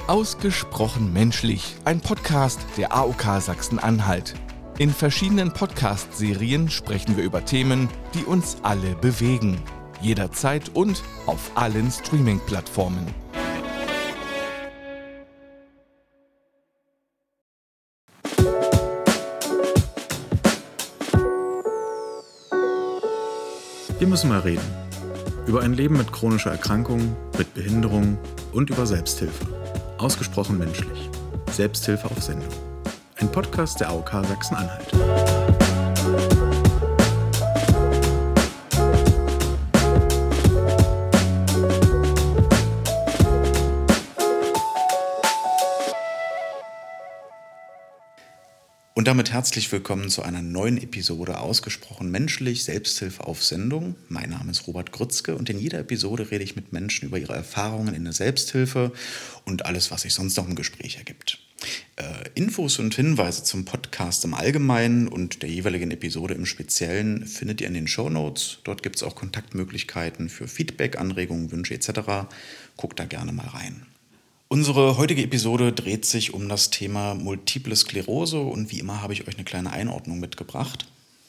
Ausgesprochen menschlich, ein Podcast der AOK Sachsen-Anhalt. In verschiedenen Podcast-Serien sprechen wir über Themen, die uns alle bewegen. Jederzeit und auf allen Streaming-Plattformen. Wir müssen mal reden. Über ein Leben mit chronischer Erkrankung, mit Behinderung und über Selbsthilfe. Ausgesprochen menschlich. Selbsthilfe auf Sendung. Ein Podcast der AOK Sachsen-Anhalt. Und damit herzlich willkommen zu einer neuen Episode Ausgesprochen menschlich, Selbsthilfe auf Sendung. Mein Name ist Robert Grützke und in jeder Episode rede ich mit Menschen über ihre Erfahrungen in der Selbsthilfe und alles, was sich sonst noch im Gespräch ergibt. Infos und Hinweise zum Podcast im Allgemeinen und der jeweiligen Episode im Speziellen findet ihr in den Shownotes. Dort gibt es auch Kontaktmöglichkeiten für Feedback, Anregungen, Wünsche etc. Guckt da gerne mal rein. Unsere heutige Episode dreht sich um das Thema Multiple Sklerose und wie immer habe ich euch eine kleine Einordnung mitgebracht.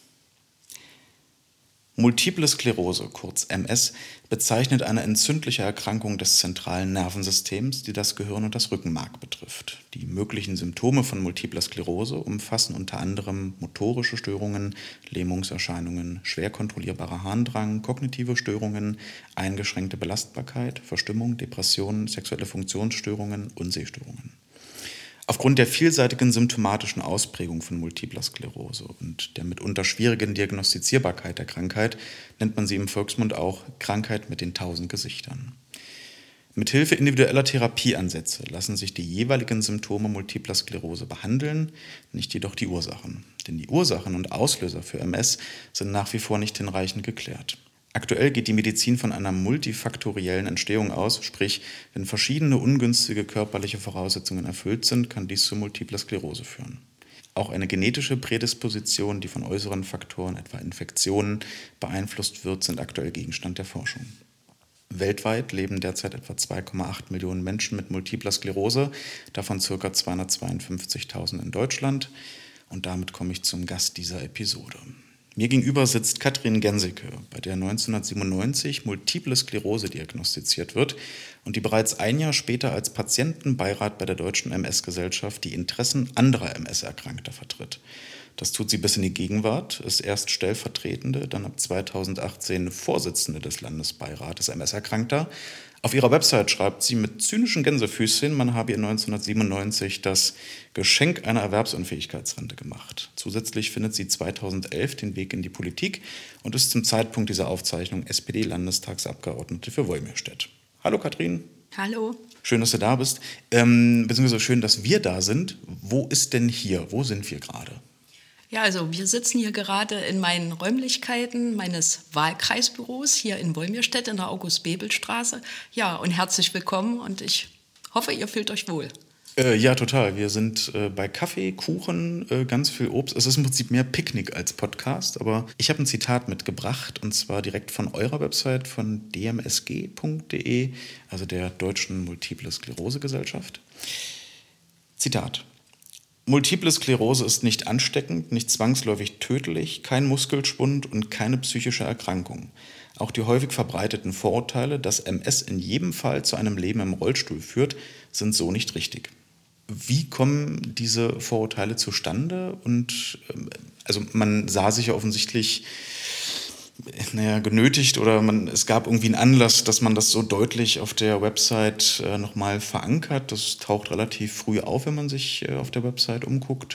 Multiple Sklerose, kurz MS, bezeichnet eine entzündliche Erkrankung des zentralen Nervensystems, die das Gehirn und das Rückenmark betrifft. Die möglichen Symptome von Multipler Sklerose umfassen unter anderem motorische Störungen, Lähmungserscheinungen, schwer kontrollierbarer Harndrang, kognitive Störungen, eingeschränkte Belastbarkeit, Verstimmung, Depressionen, sexuelle Funktionsstörungen und Sehstörungen. Aufgrund der vielseitigen symptomatischen Ausprägung von Multipler Sklerose und der mitunter schwierigen Diagnostizierbarkeit der Krankheit nennt man sie im Volksmund auch Krankheit mit den 1000 Gesichtern. Mithilfe individueller Therapieansätze lassen sich die jeweiligen Symptome Multipler Sklerose behandeln, nicht jedoch die Ursachen. Denn die Ursachen und Auslöser für MS sind nach wie vor nicht hinreichend geklärt. Aktuell geht die Medizin von einer multifaktoriellen Entstehung aus, sprich, wenn verschiedene ungünstige körperliche Voraussetzungen erfüllt sind, kann dies zu Multipler Sklerose führen. Auch eine genetische Prädisposition, die von äußeren Faktoren, etwa Infektionen, beeinflusst wird, sind aktuell Gegenstand der Forschung. Weltweit leben derzeit etwa 2,8 Millionen Menschen mit Multipler Sklerose, davon ca. 252.000 in Deutschland. Und damit komme ich zum Gast dieser Episode. Mir gegenüber sitzt Katrin Genseke, bei der 1997 Multiple Sklerose diagnostiziert wird und die bereits ein Jahr später als Patientenbeirat bei der Deutschen MS-Gesellschaft die Interessen anderer MS-Erkrankter vertritt. Das tut sie bis in die Gegenwart, ist erst stellvertretende, dann ab 2018 Vorsitzende des Landesbeirates MS-Erkrankter. Auf ihrer Website schreibt sie mit zynischen Gänsefüßchen, man habe ihr 1997 das Geschenk einer Erwerbsunfähigkeitsrente gemacht. Zusätzlich findet sie 2011 den Weg in die Politik und ist zum Zeitpunkt dieser Aufzeichnung SPD-Landestagsabgeordnete für Wolmirstedt. Hallo Katrin. Hallo. Schön, dass du da bist, beziehungsweise schön, dass wir da sind. Wo ist denn hier? Wo sind wir gerade? Ja, also wir sitzen hier gerade in meinen Räumlichkeiten meines Wahlkreisbüros hier in Wolmirstedt in der August-Bebel-Straße. Ja, und herzlich willkommen und ich hoffe, ihr fühlt euch wohl. Ja, total. Wir sind bei Kaffee, Kuchen, ganz viel Obst. Es ist im Prinzip mehr Picknick als Podcast, aber ich habe ein Zitat mitgebracht und zwar direkt von eurer Website von dmsg.de, also der Deutschen Multiple Sklerose Gesellschaft. Zitat. Multiple Sklerose ist nicht ansteckend, nicht zwangsläufig tödlich, kein Muskelschwund und keine psychische Erkrankung. Auch die häufig verbreiteten Vorurteile, dass MS in jedem Fall zu einem Leben im Rollstuhl führt, sind so nicht richtig. Wie kommen diese Vorurteile zustande? Und also man sah sich ja offensichtlich genötigt oder es gab irgendwie einen Anlass, dass man das so deutlich auf der Website nochmal verankert. Das taucht relativ früh auf, wenn man sich auf der Website umguckt.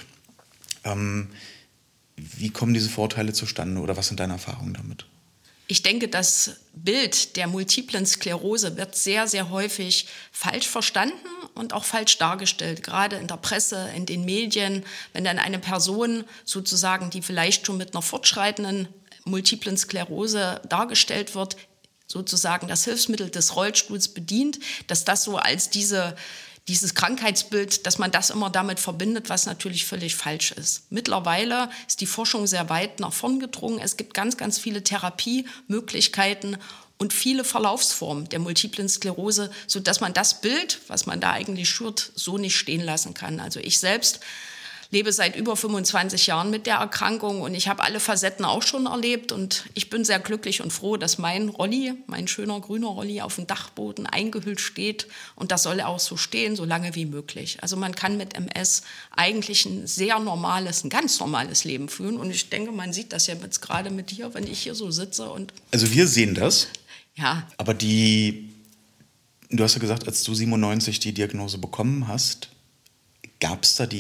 Wie kommen diese Vorurteile zustande oder was sind deine Erfahrungen damit? Ich denke, das Bild der multiplen Sklerose wird sehr, sehr häufig falsch verstanden und auch falsch dargestellt, gerade in der Presse, in den Medien, wenn dann eine Person sozusagen, die vielleicht schon mit einer fortschreitenden multiplen Sklerose dargestellt wird, sozusagen das Hilfsmittel des Rollstuhls bedient, dass das so als dieses Krankheitsbild, dass man das immer damit verbindet, was natürlich völlig falsch ist. Mittlerweile ist die Forschung sehr weit nach vorn gedrungen. Es gibt ganz, ganz viele Therapiemöglichkeiten und viele Verlaufsformen der multiplen Sklerose, sodass man das Bild, was man da eigentlich schürt, so nicht stehen lassen kann. Also ich selbst lebe seit über 25 Jahren mit der Erkrankung und ich habe alle Facetten auch schon erlebt und ich bin sehr glücklich und froh, dass mein Rolli, mein schöner grüner Rolli auf dem Dachboden eingehüllt steht und das soll auch so stehen, so lange wie möglich. Also man kann mit MS eigentlich ein ganz normales Leben führen und ich denke, man sieht das ja jetzt gerade mit dir, wenn ich hier so sitze. Also wir sehen das, ja. Aber du hast ja gesagt, als du 97 die Diagnose bekommen hast, gab es da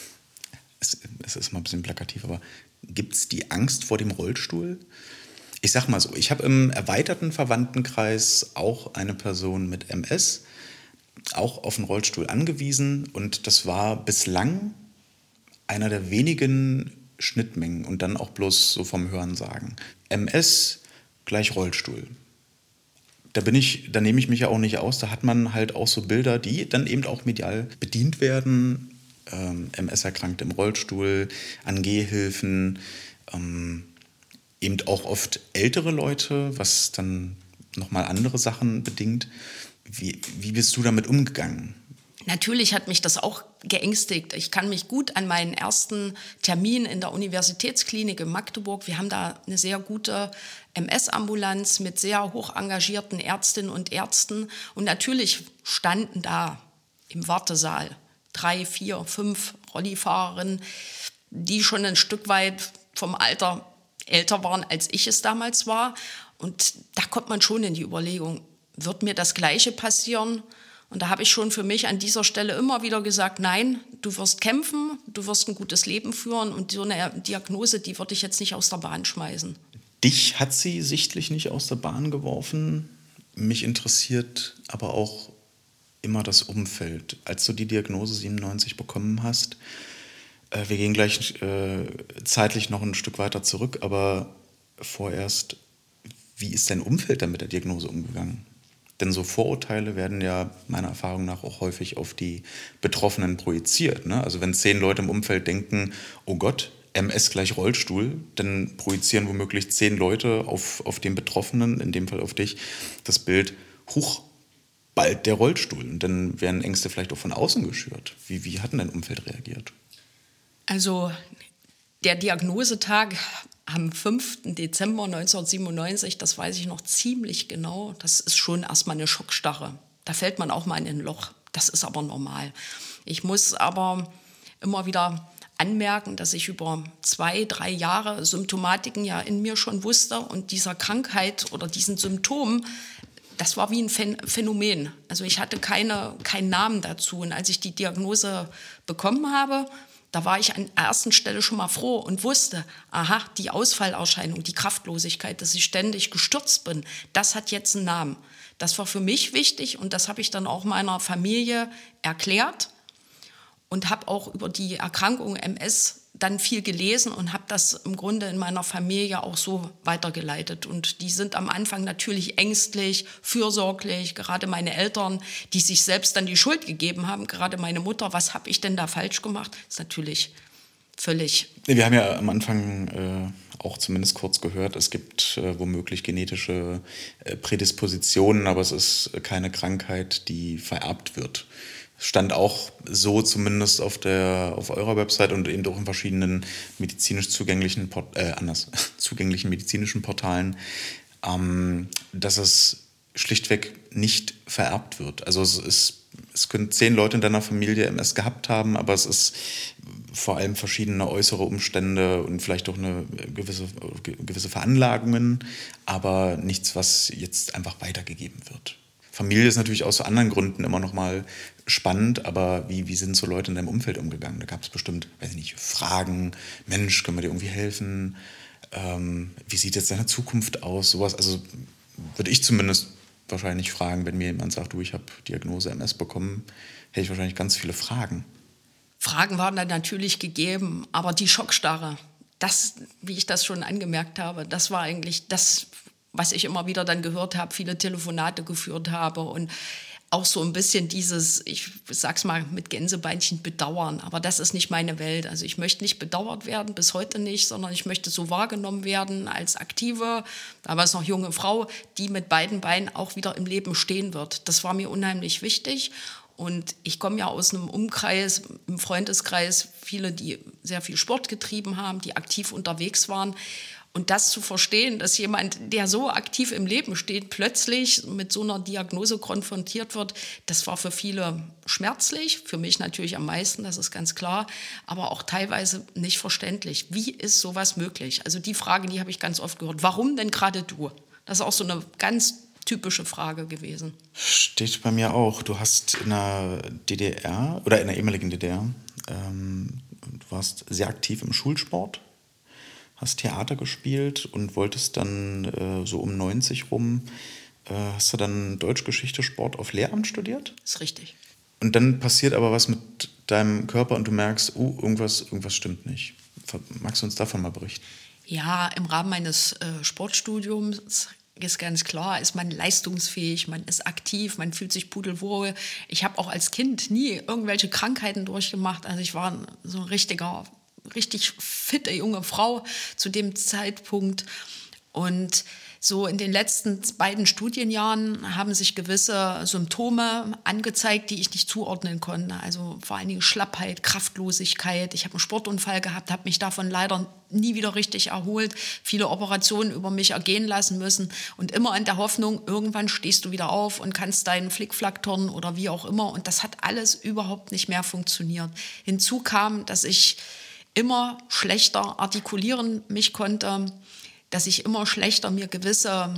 es ist mal ein bisschen plakativ, aber gibt es die Angst vor dem Rollstuhl? Ich sag mal so, ich habe im erweiterten Verwandtenkreis auch eine Person mit MS, auch auf den Rollstuhl angewiesen und das war bislang einer der wenigen Schnittmengen und dann auch bloß so vom Hörensagen. MS gleich Rollstuhl. Da nehme ich mich ja auch nicht aus, da hat man halt auch so Bilder, die dann eben auch medial bedient werden. MS-Erkrankte im Rollstuhl, an Gehhilfen, eben auch oft ältere Leute, was dann nochmal andere Sachen bedingt. Wie bist du damit umgegangen? Natürlich hat mich das auch geängstigt. Ich kann mich gut an meinen ersten Termin in der Universitätsklinik in Magdeburg, wir haben da eine sehr gute MS-Ambulanz mit sehr hoch engagierten Ärztinnen und Ärzten und natürlich standen da im Wartesaal 3, 4, 5 Rollifahrerinnen, die schon ein Stück weit vom Alter älter waren, als ich es damals war. Und da kommt man schon in die Überlegung, wird mir das Gleiche passieren? Und da habe ich schon für mich an dieser Stelle immer wieder gesagt, nein, du wirst kämpfen, du wirst ein gutes Leben führen und so eine Diagnose, die würde ich jetzt nicht aus der Bahn schmeißen. Dich hat sie sichtlich nicht aus der Bahn geworfen. Mich interessiert aber auch immer das Umfeld. Als du die Diagnose 97 bekommen hast, wir gehen gleich zeitlich noch ein Stück weiter zurück, aber vorerst, wie ist dein Umfeld dann mit der Diagnose umgegangen? Denn so Vorurteile werden ja meiner Erfahrung nach auch häufig auf die Betroffenen projiziert. Ne? Also wenn 10 Leute im Umfeld denken, oh Gott, MS gleich Rollstuhl, dann projizieren womöglich 10 Leute auf den Betroffenen, in dem Fall auf dich, das Bild, huch, bald der Rollstuhl. Und dann werden Ängste vielleicht auch von außen geschürt. Wie hat denn dein Umfeld reagiert? Also der Diagnosetag am 5. Dezember 1997, das weiß ich noch ziemlich genau, das ist schon erstmal eine Schockstarre. Da fällt man auch mal in ein Loch. Das ist aber normal. Ich muss aber immer wieder anmerken, dass ich über 2, 3 Jahre Symptomatiken ja in mir schon wusste und dieser Krankheit oder diesen Symptomen, das war wie ein Phänomen. Also ich hatte keinen Namen dazu. Und als ich die Diagnose bekommen habe, da war ich an der ersten Stelle schon mal froh und wusste, aha, die Ausfallerscheinung, die Kraftlosigkeit, dass ich ständig gestürzt bin, das hat jetzt einen Namen. Das war für mich wichtig und das habe ich dann auch meiner Familie erklärt und habe auch über die Erkrankung MS dann viel gelesen und habe das im Grunde in meiner Familie auch so weitergeleitet. Und die sind am Anfang natürlich ängstlich, fürsorglich, gerade meine Eltern, die sich selbst dann die Schuld gegeben haben, gerade meine Mutter, was habe ich denn da falsch gemacht? Das ist natürlich völlig... Wir haben ja am Anfang auch zumindest kurz gehört, es gibt womöglich genetische Prädispositionen, aber es ist keine Krankheit, die vererbt wird. Stand auch so zumindest auf eurer Website und eben auch in verschiedenen medizinisch zugänglichen medizinischen Portalen, dass es schlichtweg nicht vererbt wird. Also es können 10 Leute in deiner Familie MS gehabt haben, aber es ist vor allem verschiedene äußere Umstände und vielleicht auch eine gewisse Veranlagungen, aber nichts, was jetzt einfach weitergegeben wird. Familie ist natürlich aus anderen Gründen immer noch mal spannend, aber wie sind so Leute in deinem Umfeld umgegangen? Da gab es bestimmt, weiß ich nicht, Fragen, Mensch, können wir dir irgendwie helfen? Wie sieht jetzt deine Zukunft aus? Sowas, also würde ich zumindest wahrscheinlich fragen, wenn mir jemand sagt, du, ich habe Diagnose MS bekommen, hätte ich wahrscheinlich ganz viele Fragen. Fragen waren dann natürlich gegeben, aber die Schockstarre, das, wie ich das schon angemerkt habe, das war eigentlich das, was ich immer wieder dann gehört habe, viele Telefonate geführt habe und auch so ein bisschen dieses, ich sag's mal mit Gänsebeinchen, bedauern. Aber das ist nicht meine Welt. Also ich möchte nicht bedauert werden, bis heute nicht, sondern ich möchte so wahrgenommen werden als aktive, damals noch junge Frau, die mit beiden Beinen auch wieder im Leben stehen wird. Das war mir unheimlich wichtig. Und ich komme ja aus einem Umkreis, im Freundeskreis, viele, die sehr viel Sport getrieben haben, die aktiv unterwegs waren. Und das zu verstehen, dass jemand, der so aktiv im Leben steht, plötzlich mit so einer Diagnose konfrontiert wird, das war für viele schmerzlich, für mich natürlich am meisten, das ist ganz klar, aber auch teilweise nicht verständlich. Wie ist sowas möglich? Also die Frage, die habe ich ganz oft gehört. Warum denn gerade du? Das ist auch so eine ganz typische Frage gewesen. Steht bei mir auch. Du hast in der DDR oder in der ehemaligen DDR, du warst sehr aktiv im Schulsport, hast Theater gespielt und wolltest dann so um 90 rum, hast du dann Deutschgeschichte, Sport auf Lehramt studiert? Das ist richtig. Und dann passiert aber was mit deinem Körper und du merkst, irgendwas stimmt nicht. Magst du uns davon mal berichten? Ja, im Rahmen meines Sportstudiums ist ganz klar, ist man leistungsfähig, man ist aktiv, man fühlt sich pudelwohl. Ich habe auch als Kind nie irgendwelche Krankheiten durchgemacht. Also ich war so ein richtig fitte junge Frau zu dem Zeitpunkt. Und so in den letzten beiden Studienjahren haben sich gewisse Symptome angezeigt, die ich nicht zuordnen konnte. Also vor allen Dingen Schlappheit, Kraftlosigkeit. Ich habe einen Sportunfall gehabt, habe mich davon leider nie wieder richtig erholt, viele Operationen über mich ergehen lassen müssen und immer in der Hoffnung, irgendwann stehst du wieder auf und kannst deinen Flickflack turnen oder wie auch immer. Und das hat alles überhaupt nicht mehr funktioniert. Hinzu kam, dass ich immer schlechter artikulieren mich konnte, dass ich immer schlechter mir gewisse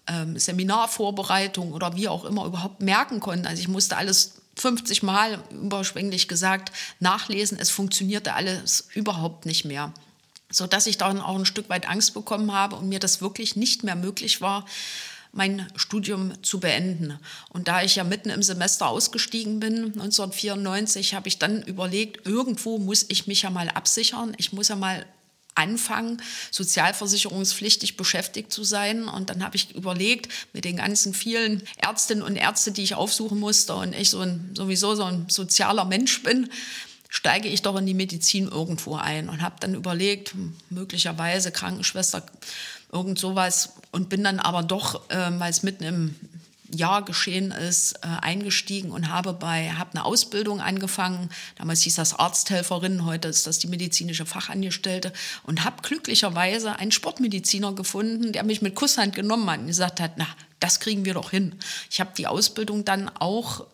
Seminarvorbereitungen oder wie auch immer überhaupt merken konnte. Also ich musste alles 50 Mal überschwänglich gesagt nachlesen. Es funktionierte alles überhaupt nicht mehr. Sodass ich dann auch ein Stück weit Angst bekommen habe und mir das wirklich nicht mehr möglich war, mein Studium zu beenden. Und da ich ja mitten im Semester ausgestiegen bin, 1994, habe ich dann überlegt, irgendwo muss ich mich ja mal absichern. Ich muss ja mal anfangen, sozialversicherungspflichtig beschäftigt zu sein. Und dann habe ich überlegt, mit den ganzen vielen Ärztinnen und Ärzten, die ich aufsuchen musste und ich sowieso so ein sozialer Mensch bin, steige ich doch in die Medizin irgendwo ein und habe dann überlegt, möglicherweise Krankenschwester, irgend sowas und bin dann aber doch, weil es mitten im Jahr geschehen ist, eingestiegen und habe eine Ausbildung angefangen. Damals hieß das Arzthelferin, heute ist das die medizinische Fachangestellte und habe glücklicherweise einen Sportmediziner gefunden, der mich mit Kusshand genommen hat und gesagt hat, na, das kriegen wir doch hin. Ich habe die Ausbildung dann auch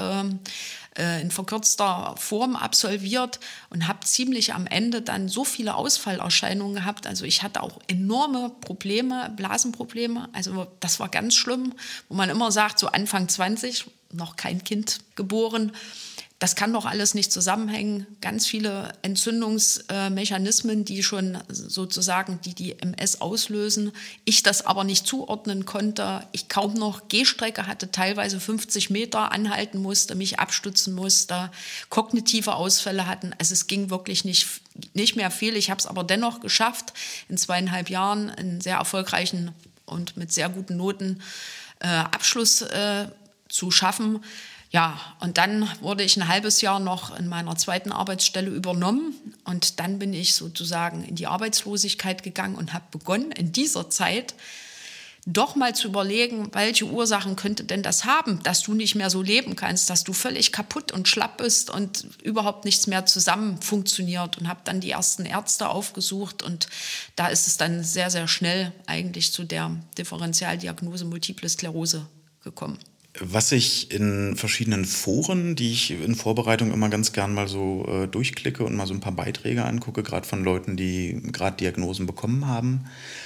in verkürzter Form absolviert und habe ziemlich am Ende dann so viele Ausfallerscheinungen gehabt. Also ich hatte auch enorme Probleme, Blasenprobleme. Also das war ganz schlimm, wo man immer sagt, so Anfang 20, noch kein Kind geboren. Das kann doch alles nicht zusammenhängen. Ganz viele Entzündungsmechanismen, die schon sozusagen die MS auslösen. Ich das aber nicht zuordnen konnte. Ich kaum noch Gehstrecke hatte, teilweise 50 Meter anhalten musste, mich abstützen musste, kognitive Ausfälle hatten. Also es ging wirklich nicht mehr viel. Ich habe es aber dennoch geschafft, in 2,5 Jahren einen sehr erfolgreichen und mit sehr guten Noten Abschluss zu schaffen. Ja, und dann wurde ich ein halbes Jahr noch in meiner zweiten Arbeitsstelle übernommen und dann bin ich sozusagen in die Arbeitslosigkeit gegangen und habe begonnen, in dieser Zeit doch mal zu überlegen, welche Ursachen könnte denn das haben, dass du nicht mehr so leben kannst, dass du völlig kaputt und schlapp bist und überhaupt nichts mehr zusammen funktioniert und habe dann die ersten Ärzte aufgesucht und da ist es dann sehr, sehr schnell eigentlich zu der Differentialdiagnose Multiple Sklerose gekommen. Was ich in verschiedenen Foren, die ich in Vorbereitung immer ganz gern mal so durchklicke und mal so ein paar Beiträge angucke, gerade von Leuten, die gerade Diagnosen bekommen haben,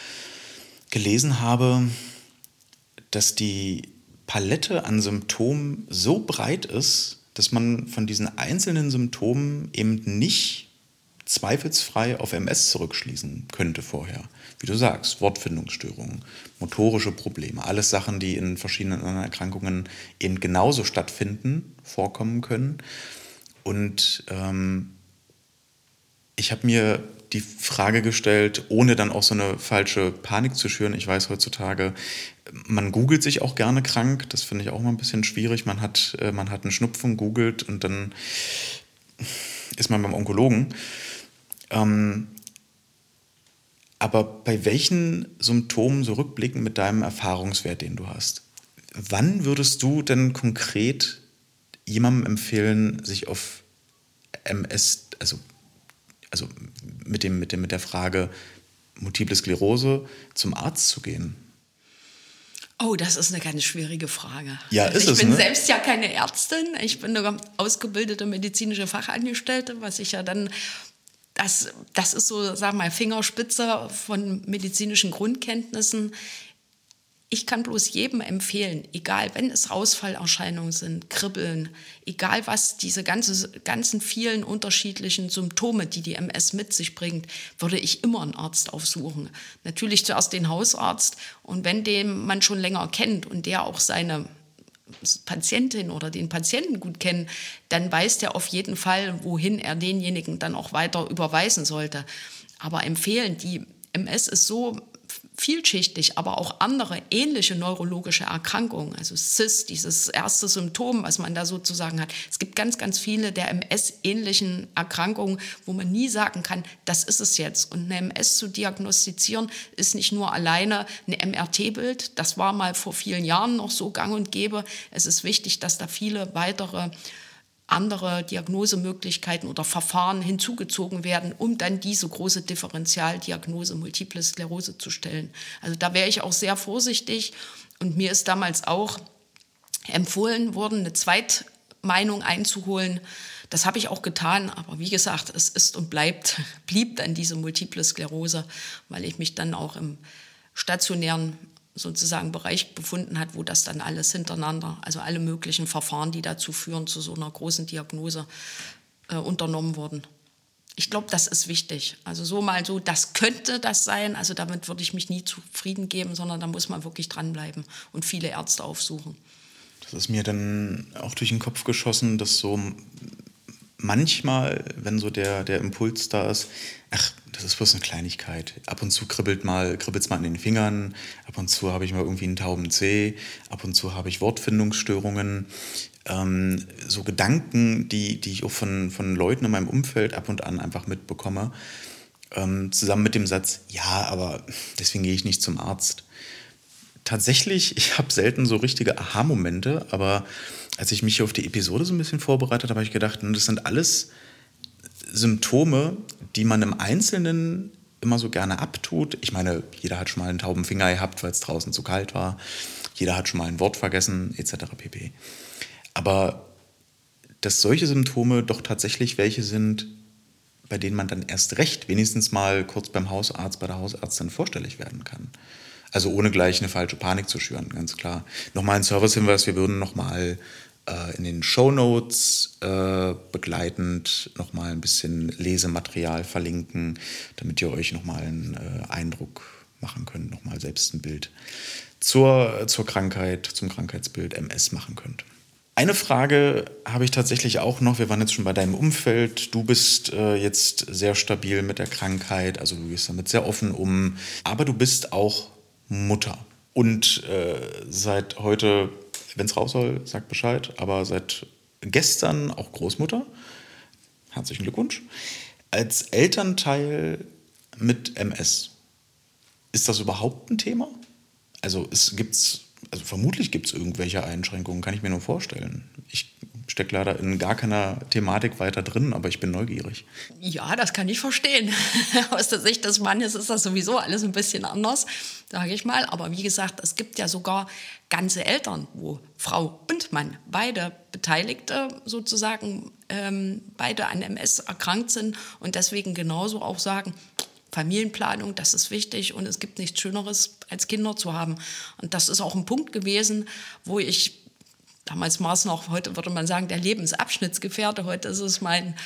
gelesen habe, dass die Palette an Symptomen so breit ist, dass man von diesen einzelnen Symptomen eben nicht zweifelsfrei auf MS zurückschließen könnte vorher. Wie du sagst, Wortfindungsstörungen, motorische Probleme, alles Sachen, die in verschiedenen anderen Erkrankungen eben genauso stattfinden, vorkommen können. Und Ich habe mir die Frage gestellt, ohne dann auch so eine falsche Panik zu schüren. Ich weiß heutzutage, man googelt sich auch gerne krank. Das finde ich auch mal ein bisschen schwierig. Man hat einen Schnupfen, googelt und dann ist man beim Onkologen. Aber bei welchen Symptomen, so rückblickend mit deinem Erfahrungswert, den du hast, wann würdest du denn konkret jemandem empfehlen, sich auf MS, also mit der Frage Multiple Sklerose zum Arzt zu gehen? Oh, das ist eine ganz schwierige Frage. Ja, also ist ich es, bin ne? selbst ja keine Ärztin. Ich bin eine ausgebildete medizinische Fachangestellte, was ich ja dann, das ist so, sag mal, Fingerspitze von medizinischen Grundkenntnissen. Ich kann bloß jedem empfehlen, egal, wenn es Ausfallerscheinungen sind, Kribbeln, egal was, diese ganzen vielen unterschiedlichen Symptome, die die MS mit sich bringt, würde ich immer einen Arzt aufsuchen. Natürlich zuerst den Hausarzt und wenn den man schon länger kennt und der auch seine Patientin oder den Patienten gut kennt, dann weiß der auf jeden Fall, wohin er denjenigen dann auch weiter überweisen sollte. Aber empfehlen, die MS ist so vielschichtig, aber auch andere ähnliche neurologische Erkrankungen, also CIS, dieses erste Symptom, was man da sozusagen hat. Es gibt ganz, ganz viele der MS-ähnlichen Erkrankungen, wo man nie sagen kann, das ist es jetzt. Und eine MS zu diagnostizieren, ist nicht nur alleine ein MRT-Bild, das war mal vor vielen Jahren noch so gang und gäbe. Es ist wichtig, dass da viele weitere andere Diagnosemöglichkeiten oder Verfahren hinzugezogen werden, um dann diese große Differentialdiagnose Multiple Sklerose zu stellen. Also da wäre ich auch sehr vorsichtig und mir ist damals auch empfohlen worden, eine Zweitmeinung einzuholen. Das habe ich auch getan, aber wie gesagt, es ist und blieb dann diese Multiple Sklerose, weil ich mich dann auch im stationären sozusagen Bereich befunden hat, wo das dann alles hintereinander, also alle möglichen Verfahren, die dazu führen, zu so einer großen Diagnose unternommen wurden. Ich glaube, das ist wichtig. Also so mal so, das könnte das sein, also damit würde ich mich nie zufrieden geben, sondern da muss man wirklich dranbleiben und viele Ärzte aufsuchen. Das ist mir dann auch durch den Kopf geschossen, dass so manchmal, wenn so der Impuls da ist, ach, das ist bloß eine Kleinigkeit. Ab und zu kribbelt's mal in den Fingern, ab und zu habe ich mal irgendwie einen tauben Zeh, ab und zu habe ich Wortfindungsstörungen. So Gedanken, die ich auch von Leuten in meinem Umfeld ab und an einfach mitbekomme, zusammen mit dem Satz, ja, aber deswegen gehe ich nicht zum Arzt. Tatsächlich, ich habe selten so richtige Aha-Momente, aber als ich mich auf die Episode so ein bisschen vorbereitet habe, habe ich gedacht, das sind alles Symptome, die man im Einzelnen immer so gerne abtut. Ich meine, jeder hat schon mal einen tauben Finger gehabt, weil es draußen zu kalt war. Jeder hat schon mal ein Wort vergessen, etc. pp. Aber dass solche Symptome doch tatsächlich welche sind, bei denen man dann erst recht wenigstens mal kurz beim Hausarzt, bei der Hausärztin vorstellig werden kann. Also ohne gleich eine falsche Panik zu schüren, ganz klar. Nochmal ein Servicehinweis, wir würden nochmal in den Shownotes begleitend nochmal ein bisschen Lesematerial verlinken, damit ihr euch nochmal einen Eindruck machen könnt, nochmal selbst ein Bild zur Krankheit, zum Krankheitsbild MS machen könnt. Eine Frage habe ich tatsächlich auch noch. Wir waren jetzt schon bei deinem Umfeld. Du bist jetzt sehr stabil mit der Krankheit, also du gehst damit sehr offen um. Aber du bist auch Mutter. Und seit heute, wenn es raus soll, sagt Bescheid, aber seit gestern auch Großmutter. Herzlichen Glückwunsch. Als Elternteil mit MS, ist das überhaupt ein Thema? Also vermutlich gibt es irgendwelche Einschränkungen, kann ich mir nur vorstellen. Ich stecke leider in gar keiner Thematik weiter drin, aber ich bin neugierig. Ja, das kann ich verstehen. Aus der Sicht des Mannes ist das sowieso alles ein bisschen anders, sage ich mal. Aber wie gesagt, es gibt ja sogar ganze Eltern, wo Frau und Mann, beide Beteiligte sozusagen, beide an MS erkrankt sind und deswegen genauso auch sagen, Familienplanung, das ist wichtig und es gibt nichts Schöneres, als Kinder zu haben. Und das ist auch ein Punkt gewesen, wo ich, damals war es noch, heute würde man sagen, der Lebensabschnittsgefährte, heute ist es mein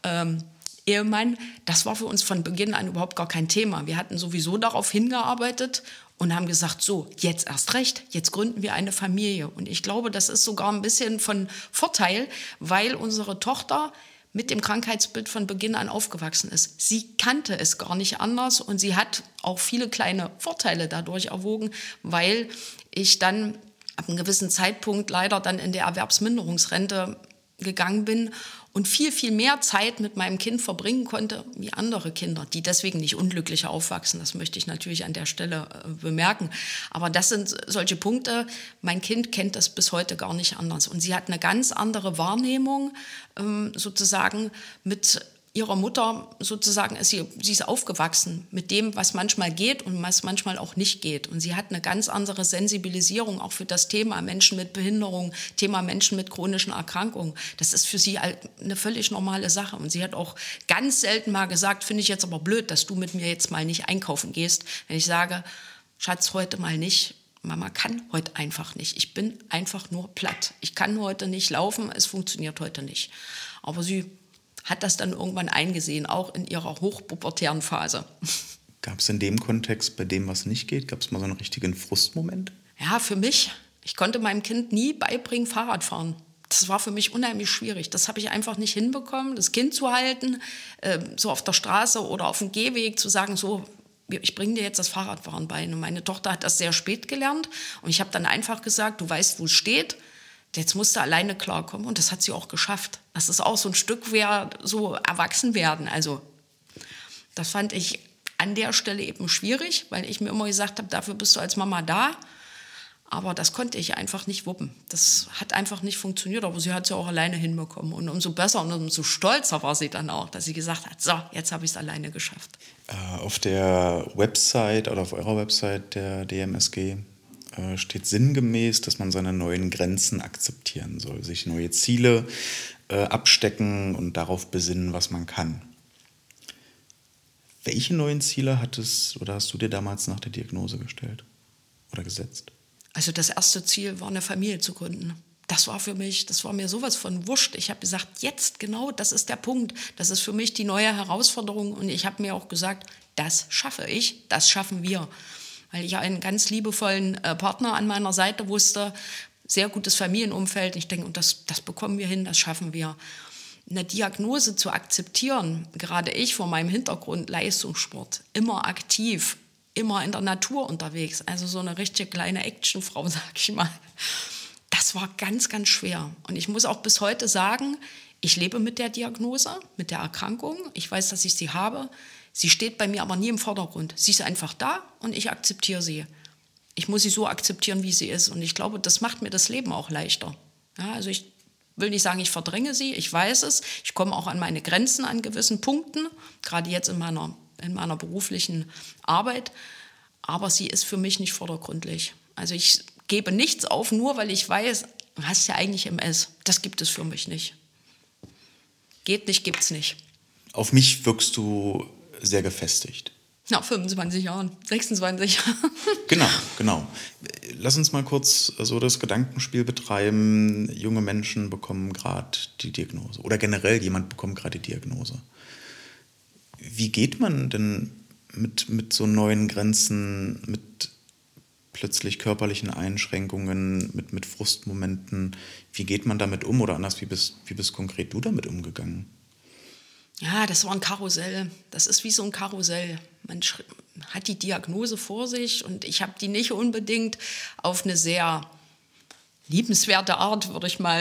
Ehemann. Das war für uns von Beginn an überhaupt gar kein Thema. Wir hatten sowieso darauf hingearbeitet und haben gesagt, so, jetzt erst recht, jetzt gründen wir eine Familie. Und ich glaube, das ist sogar ein bisschen von Vorteil, weil unsere Tochter mit dem Krankheitsbild von Beginn an aufgewachsen ist. Sie kannte es gar nicht anders und sie hat auch viele kleine Vorteile dadurch erwogen, weil ich dann ab einem gewissen Zeitpunkt leider dann in der Erwerbsminderungsrente gegangen bin und viel, viel mehr Zeit mit meinem Kind verbringen konnte wie andere Kinder, die deswegen nicht unglücklicher aufwachsen. Das möchte ich natürlich an der Stelle bemerken. Aber das sind solche Punkte, mein Kind kennt das bis heute gar nicht anders. Und sie hat eine ganz andere Wahrnehmung sozusagen mit ihrer Mutter sozusagen, sie ist aufgewachsen mit dem, was manchmal geht und was manchmal auch nicht geht. Und sie hat eine ganz andere Sensibilisierung auch für das Thema Menschen mit Behinderung, Thema Menschen mit chronischen Erkrankungen. Das ist für sie eine völlig normale Sache. Und sie hat auch ganz selten mal gesagt, finde ich jetzt aber blöd, dass du mit mir jetzt mal nicht einkaufen gehst. Wenn ich sage, Schatz, heute mal nicht. Mama kann heute einfach nicht. Ich bin einfach nur platt. Ich kann heute nicht laufen, es funktioniert heute nicht. Aber sie hat das dann irgendwann eingesehen, auch in ihrer hochpubertären Phase. Gab es in dem Kontext, bei dem, was nicht geht, gab es mal so einen richtigen Frustmoment? Ja, für mich. Ich konnte meinem Kind nie beibringen, Fahrradfahren. Das war für mich unheimlich schwierig. Das habe ich einfach nicht hinbekommen, das Kind zu halten, so auf der Straße oder auf dem Gehweg zu sagen, so, ich bringe dir jetzt das Fahrradfahren bei. Und meine Tochter hat das sehr spät gelernt. Und ich habe dann einfach gesagt, du weißt, wo es steht. Jetzt musst du alleine klarkommen. Und das hat sie auch geschafft. Das ist auch so ein Stück so erwachsen werden. Also das fand ich an der Stelle eben schwierig, weil ich mir immer gesagt habe, dafür bist du als Mama da. Aber das konnte ich einfach nicht wuppen. Das hat einfach nicht funktioniert, aber sie hat es ja auch alleine hinbekommen. Und umso besser und umso stolzer war sie dann auch, dass sie gesagt hat, so, jetzt habe ich es alleine geschafft. Auf der Website oder auf eurer Website der DMSG steht sinngemäß, dass man seine neuen Grenzen akzeptieren soll, sich neue Ziele abstecken und darauf besinnen, was man kann. Welche neuen Ziele hast du dir damals nach der Diagnose gestellt oder gesetzt? Also das erste Ziel war, eine Familie zu gründen. Das war mir sowas von wurscht. Ich habe gesagt, jetzt genau, das ist der Punkt. Das ist für mich die neue Herausforderung. Und ich habe mir auch gesagt, das schaffe ich, das schaffen wir. Weil ich einen ganz liebevollen Partner an meiner Seite wusste, sehr gutes Familienumfeld. Ich denke, und das bekommen wir hin, das schaffen wir. Eine Diagnose zu akzeptieren, gerade ich vor meinem Hintergrund Leistungssport, immer aktiv, immer in der Natur unterwegs, also so eine richtige kleine Actionfrau, sag ich mal. Das war ganz, ganz schwer. Und ich muss auch bis heute sagen, ich lebe mit der Diagnose, mit der Erkrankung. Ich weiß, dass ich sie habe. Sie steht bei mir aber nie im Vordergrund. Sie ist einfach da und ich akzeptiere sie. Ich muss sie so akzeptieren, wie sie ist. Und ich glaube, das macht mir das Leben auch leichter. Ja, also ich will nicht sagen, ich verdränge sie, ich weiß es. Ich komme auch an meine Grenzen an gewissen Punkten, gerade jetzt in meiner beruflichen Arbeit. Aber sie ist für mich nicht vordergründlich. Also ich gebe nichts auf, nur weil ich weiß, du hast ja eigentlich MS. Das gibt es für mich nicht. Geht nicht, gibt's nicht. Auf mich wirkst du sehr gefestigt. Nach 25 Jahren, 26 Jahren. Genau. Lass uns mal kurz so das Gedankenspiel betreiben. Junge Menschen bekommen gerade die Diagnose oder generell jemand bekommt gerade die Diagnose. Wie geht man denn mit so neuen Grenzen, mit plötzlich körperlichen Einschränkungen, mit Frustmomenten? Wie geht man damit um oder anders, wie bist konkret du damit umgegangen? Ja, das war ein Karussell. Das ist wie so ein Karussell. Man hat die Diagnose vor sich und ich habe die nicht unbedingt auf eine sehr liebenswerte Art,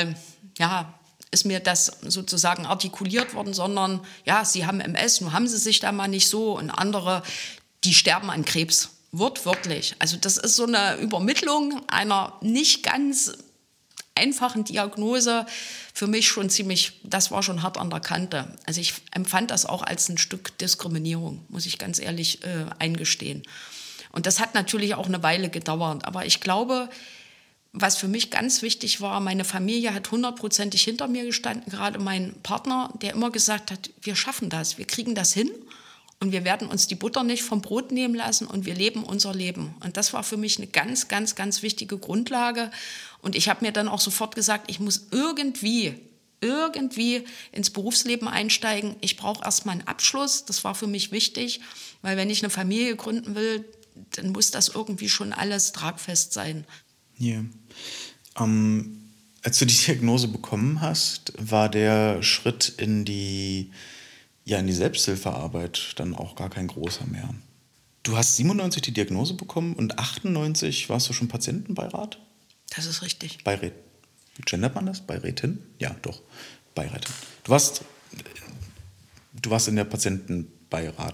ist mir das sozusagen artikuliert worden, sondern ja, sie haben MS, nur haben sie sich da mal nicht so und andere, die sterben an Krebs. Wortwörtlich. Also das ist so eine Übermittlung einer nicht ganz einfachen Diagnose für mich das war schon hart an der Kante. Also ich empfand das auch als ein Stück Diskriminierung, muss ich ganz ehrlich eingestehen. Und das hat natürlich auch eine Weile gedauert. Aber ich glaube, was für mich ganz wichtig war, meine Familie hat 100%ig hinter mir gestanden, gerade mein Partner, der immer gesagt hat, wir schaffen das, wir kriegen das hin. Und wir werden uns die Butter nicht vom Brot nehmen lassen und wir leben unser Leben. Und das war für mich eine ganz, ganz, ganz wichtige Grundlage. Und ich habe mir dann auch sofort gesagt, ich muss irgendwie ins Berufsleben einsteigen. Ich brauche erstmal einen Abschluss. Das war für mich wichtig, weil wenn ich eine Familie gründen will, dann muss das irgendwie schon alles tragfest sein. Ja. Als du die Diagnose bekommen hast, war der Schritt in die Selbsthilfearbeit dann auch gar kein großer mehr. Du hast 97 die Diagnose bekommen und 98 warst du schon Patientenbeirat? Das ist richtig. Beirätin. Wie gendert man das? Beirätin? Ja, doch. Beirätin. Du warst in der Patientenbeiratung.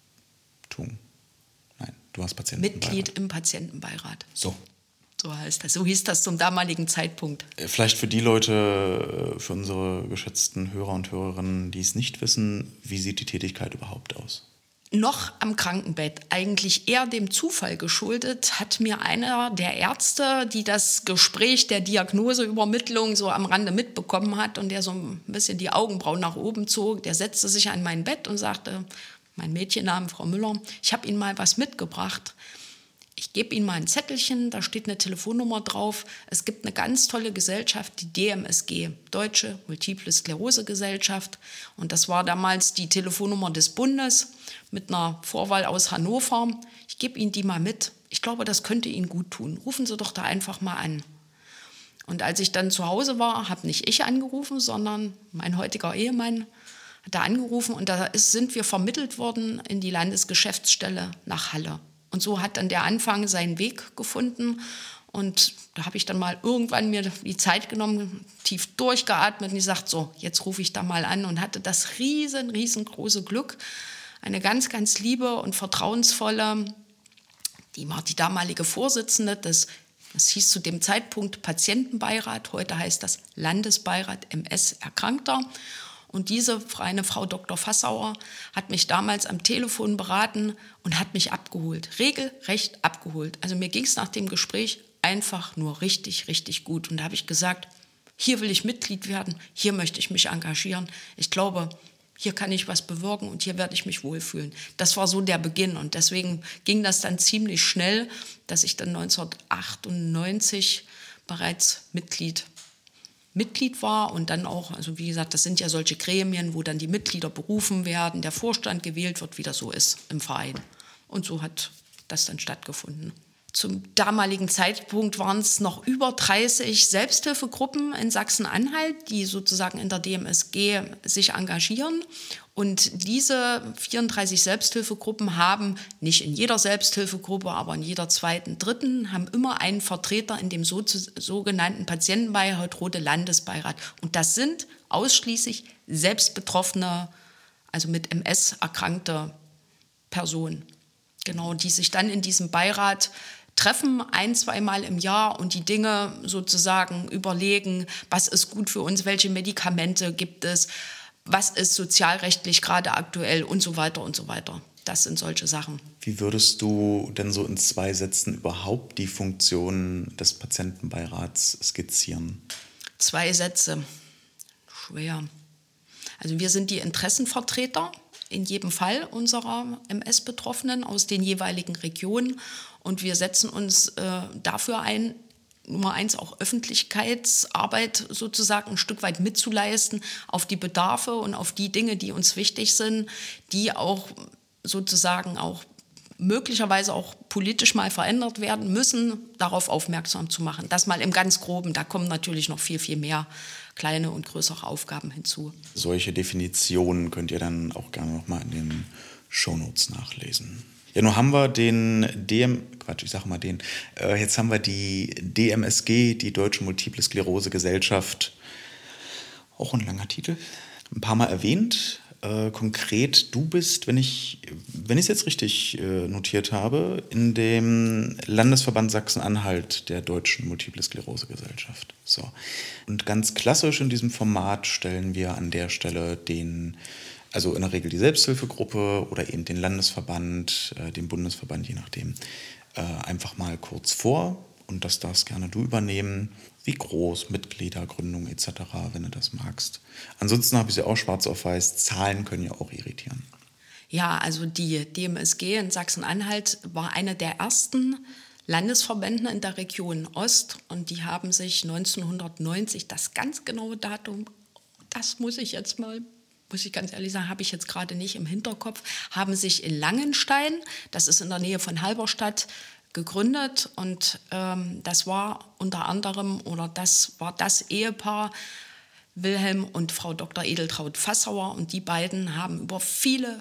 Nein, du warst Patientenbeirat. Mitglied im Patientenbeirat. So. So heißt das. So hieß das zum damaligen Zeitpunkt. Vielleicht für die Leute, für unsere geschätzten Hörer und Hörerinnen, die es nicht wissen, wie sieht die Tätigkeit überhaupt aus? Noch am Krankenbett, eigentlich eher dem Zufall geschuldet, hat mir einer der Ärzte, die das Gespräch der Diagnoseübermittlung so am Rande mitbekommen hat und der so ein bisschen die Augenbrauen nach oben zog, der setzte sich an mein Bett und sagte, mein Mädchennamen, Frau Müller, ich habe Ihnen mal was mitgebracht. Ich gebe Ihnen mal ein Zettelchen, da steht eine Telefonnummer drauf. Es gibt eine ganz tolle Gesellschaft, die DMSG, Deutsche Multiple Sklerose Gesellschaft. Und das war damals die Telefonnummer des Bundes mit einer Vorwahl aus Hannover. Ich gebe Ihnen die mal mit. Ich glaube, das könnte Ihnen gut tun. Rufen Sie doch da einfach mal an. Und als ich dann zu Hause war, habe nicht ich angerufen, sondern mein heutiger Ehemann hat da angerufen. Und da sind wir vermittelt worden in die Landesgeschäftsstelle nach Halle. Und so hat dann der Anfang seinen Weg gefunden. Und da habe ich dann mal irgendwann mir die Zeit genommen, tief durchgeatmet und gesagt, so, jetzt rufe ich da mal an und hatte das riesengroße Glück. Eine ganz, ganz liebe und vertrauensvolle, die war die damalige Vorsitzende das hieß zu dem Zeitpunkt Patientenbeirat, heute heißt das Landesbeirat MS Erkrankter. Und eine Frau Dr. Fassauer hat mich damals am Telefon beraten und hat mich abgeholt, regelrecht abgeholt. Also mir ging es nach dem Gespräch einfach nur richtig gut. Und da habe ich gesagt, hier will ich Mitglied werden, hier möchte ich mich engagieren. Ich glaube, hier kann ich was bewirken und hier werde ich mich wohlfühlen. Das war so der Beginn und deswegen ging das dann ziemlich schnell, dass ich dann 1998 bereits Mitglied war und dann auch, also wie gesagt, das sind ja solche Gremien, wo dann die Mitglieder berufen werden, der Vorstand gewählt wird, wie das so ist im Verein. Und so hat das dann stattgefunden. Zum damaligen Zeitpunkt waren es noch über 30 Selbsthilfegruppen in Sachsen-Anhalt, die sozusagen in der DMSG sich engagieren. Und diese 34 Selbsthilfegruppen haben, nicht in jeder Selbsthilfegruppe, aber in jeder zweiten, dritten, haben immer einen Vertreter in dem sogenannten Patientenbeirat, Rote Landesbeirat. Und das sind ausschließlich selbstbetroffene, also mit MS erkrankte Personen. Genau, die sich dann in diesem Beirat treffen, 1-2 Mal im Jahr und die Dinge sozusagen überlegen, was ist gut für uns, welche Medikamente gibt es, was ist sozialrechtlich gerade aktuell und so weiter und so weiter. Das sind solche Sachen. Wie würdest du denn so in 2 Sätzen überhaupt die Funktion des Patientenbeirats skizzieren? 2 Sätze. Schwer. Also wir sind die Interessenvertreter in jedem Fall unserer MS-Betroffenen aus den jeweiligen Regionen. Und wir setzen uns dafür ein, Nummer 1 auch Öffentlichkeitsarbeit sozusagen ein Stück weit mitzuleisten auf die Bedarfe und auf die Dinge, die uns wichtig sind, die auch sozusagen auch möglicherweise auch politisch mal verändert werden müssen, darauf aufmerksam zu machen. Das mal im ganz Groben, da kommen natürlich noch viel mehr kleine und größere Aufgaben hinzu. Solche Definitionen könnt ihr dann auch gerne noch mal in den Shownotes nachlesen. Ja, nun haben wir jetzt haben wir die DMSG, die Deutsche Multiple Sklerose Gesellschaft, auch ein langer Titel, ein paar Mal erwähnt. Konkret, du bist, wenn ich es jetzt richtig notiert habe, in dem Landesverband Sachsen-Anhalt der Deutschen Multiple Sklerose Gesellschaft. So. Und ganz klassisch in diesem Format stellen wir an der Stelle also in der Regel die Selbsthilfegruppe oder eben den Landesverband, den Bundesverband, je nachdem, einfach mal kurz vor. Und das darfst gerne du übernehmen. Wie groß, Mitgliedergründung etc., wenn du das magst. Ansonsten habe ich sie auch schwarz auf weiß. Zahlen können ja auch irritieren. Ja, also die DMSG in Sachsen-Anhalt war eine der ersten Landesverbände in der Region Ost. Und die haben sich 1990, das ganz genaue Datum, das muss ich ganz ehrlich sagen, habe ich jetzt gerade nicht im Hinterkopf, haben sich in Langenstein, das ist in der Nähe von Halberstadt, gegründet und das war unter anderem, oder das war das Ehepaar Wilhelm und Frau Dr. Edeltraud Fassauer, und die beiden haben über viele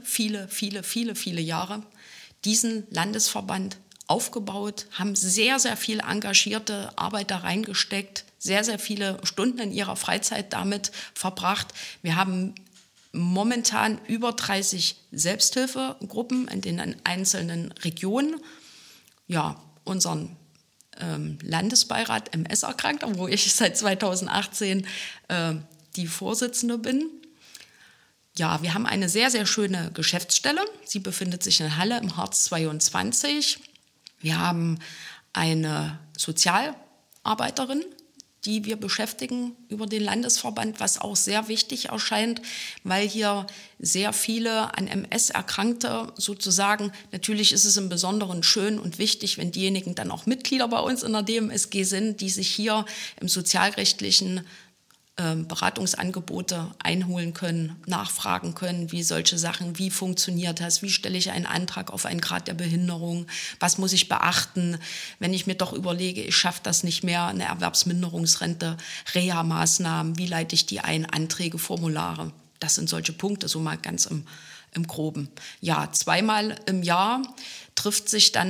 Jahre diesen Landesverband aufgebaut, haben sehr, sehr viel engagierte Arbeit da reingesteckt, sehr, sehr viele Stunden in ihrer Freizeit damit verbracht. Wir haben momentan über 30 Selbsthilfegruppen in den einzelnen Regionen. Ja, unseren Landesbeirat MS-Erkrankter, wo ich seit 2018 die Vorsitzende bin. Ja, wir haben eine sehr, sehr schöne Geschäftsstelle. Sie befindet sich in Halle im Harz 22. Wir haben eine Sozialarbeiterin, die wir beschäftigen über den Landesverband, was auch sehr wichtig erscheint, weil hier sehr viele an MS Erkrankte sozusagen, natürlich ist es im Besonderen schön und wichtig, wenn diejenigen dann auch Mitglieder bei uns in der DMSG sind, die sich hier im sozialrechtlichen Beratungsangebote einholen können, nachfragen können, wie solche Sachen, wie funktioniert das, wie stelle ich einen Antrag auf einen Grad der Behinderung, was muss ich beachten, wenn ich mir doch überlege, ich schaffe das nicht mehr, eine Erwerbsminderungsrente, Reha-Maßnahmen, wie leite ich die ein, Anträge, Formulare. Das sind solche Punkte, so mal ganz im Groben. Ja, 2-mal im Jahr treffen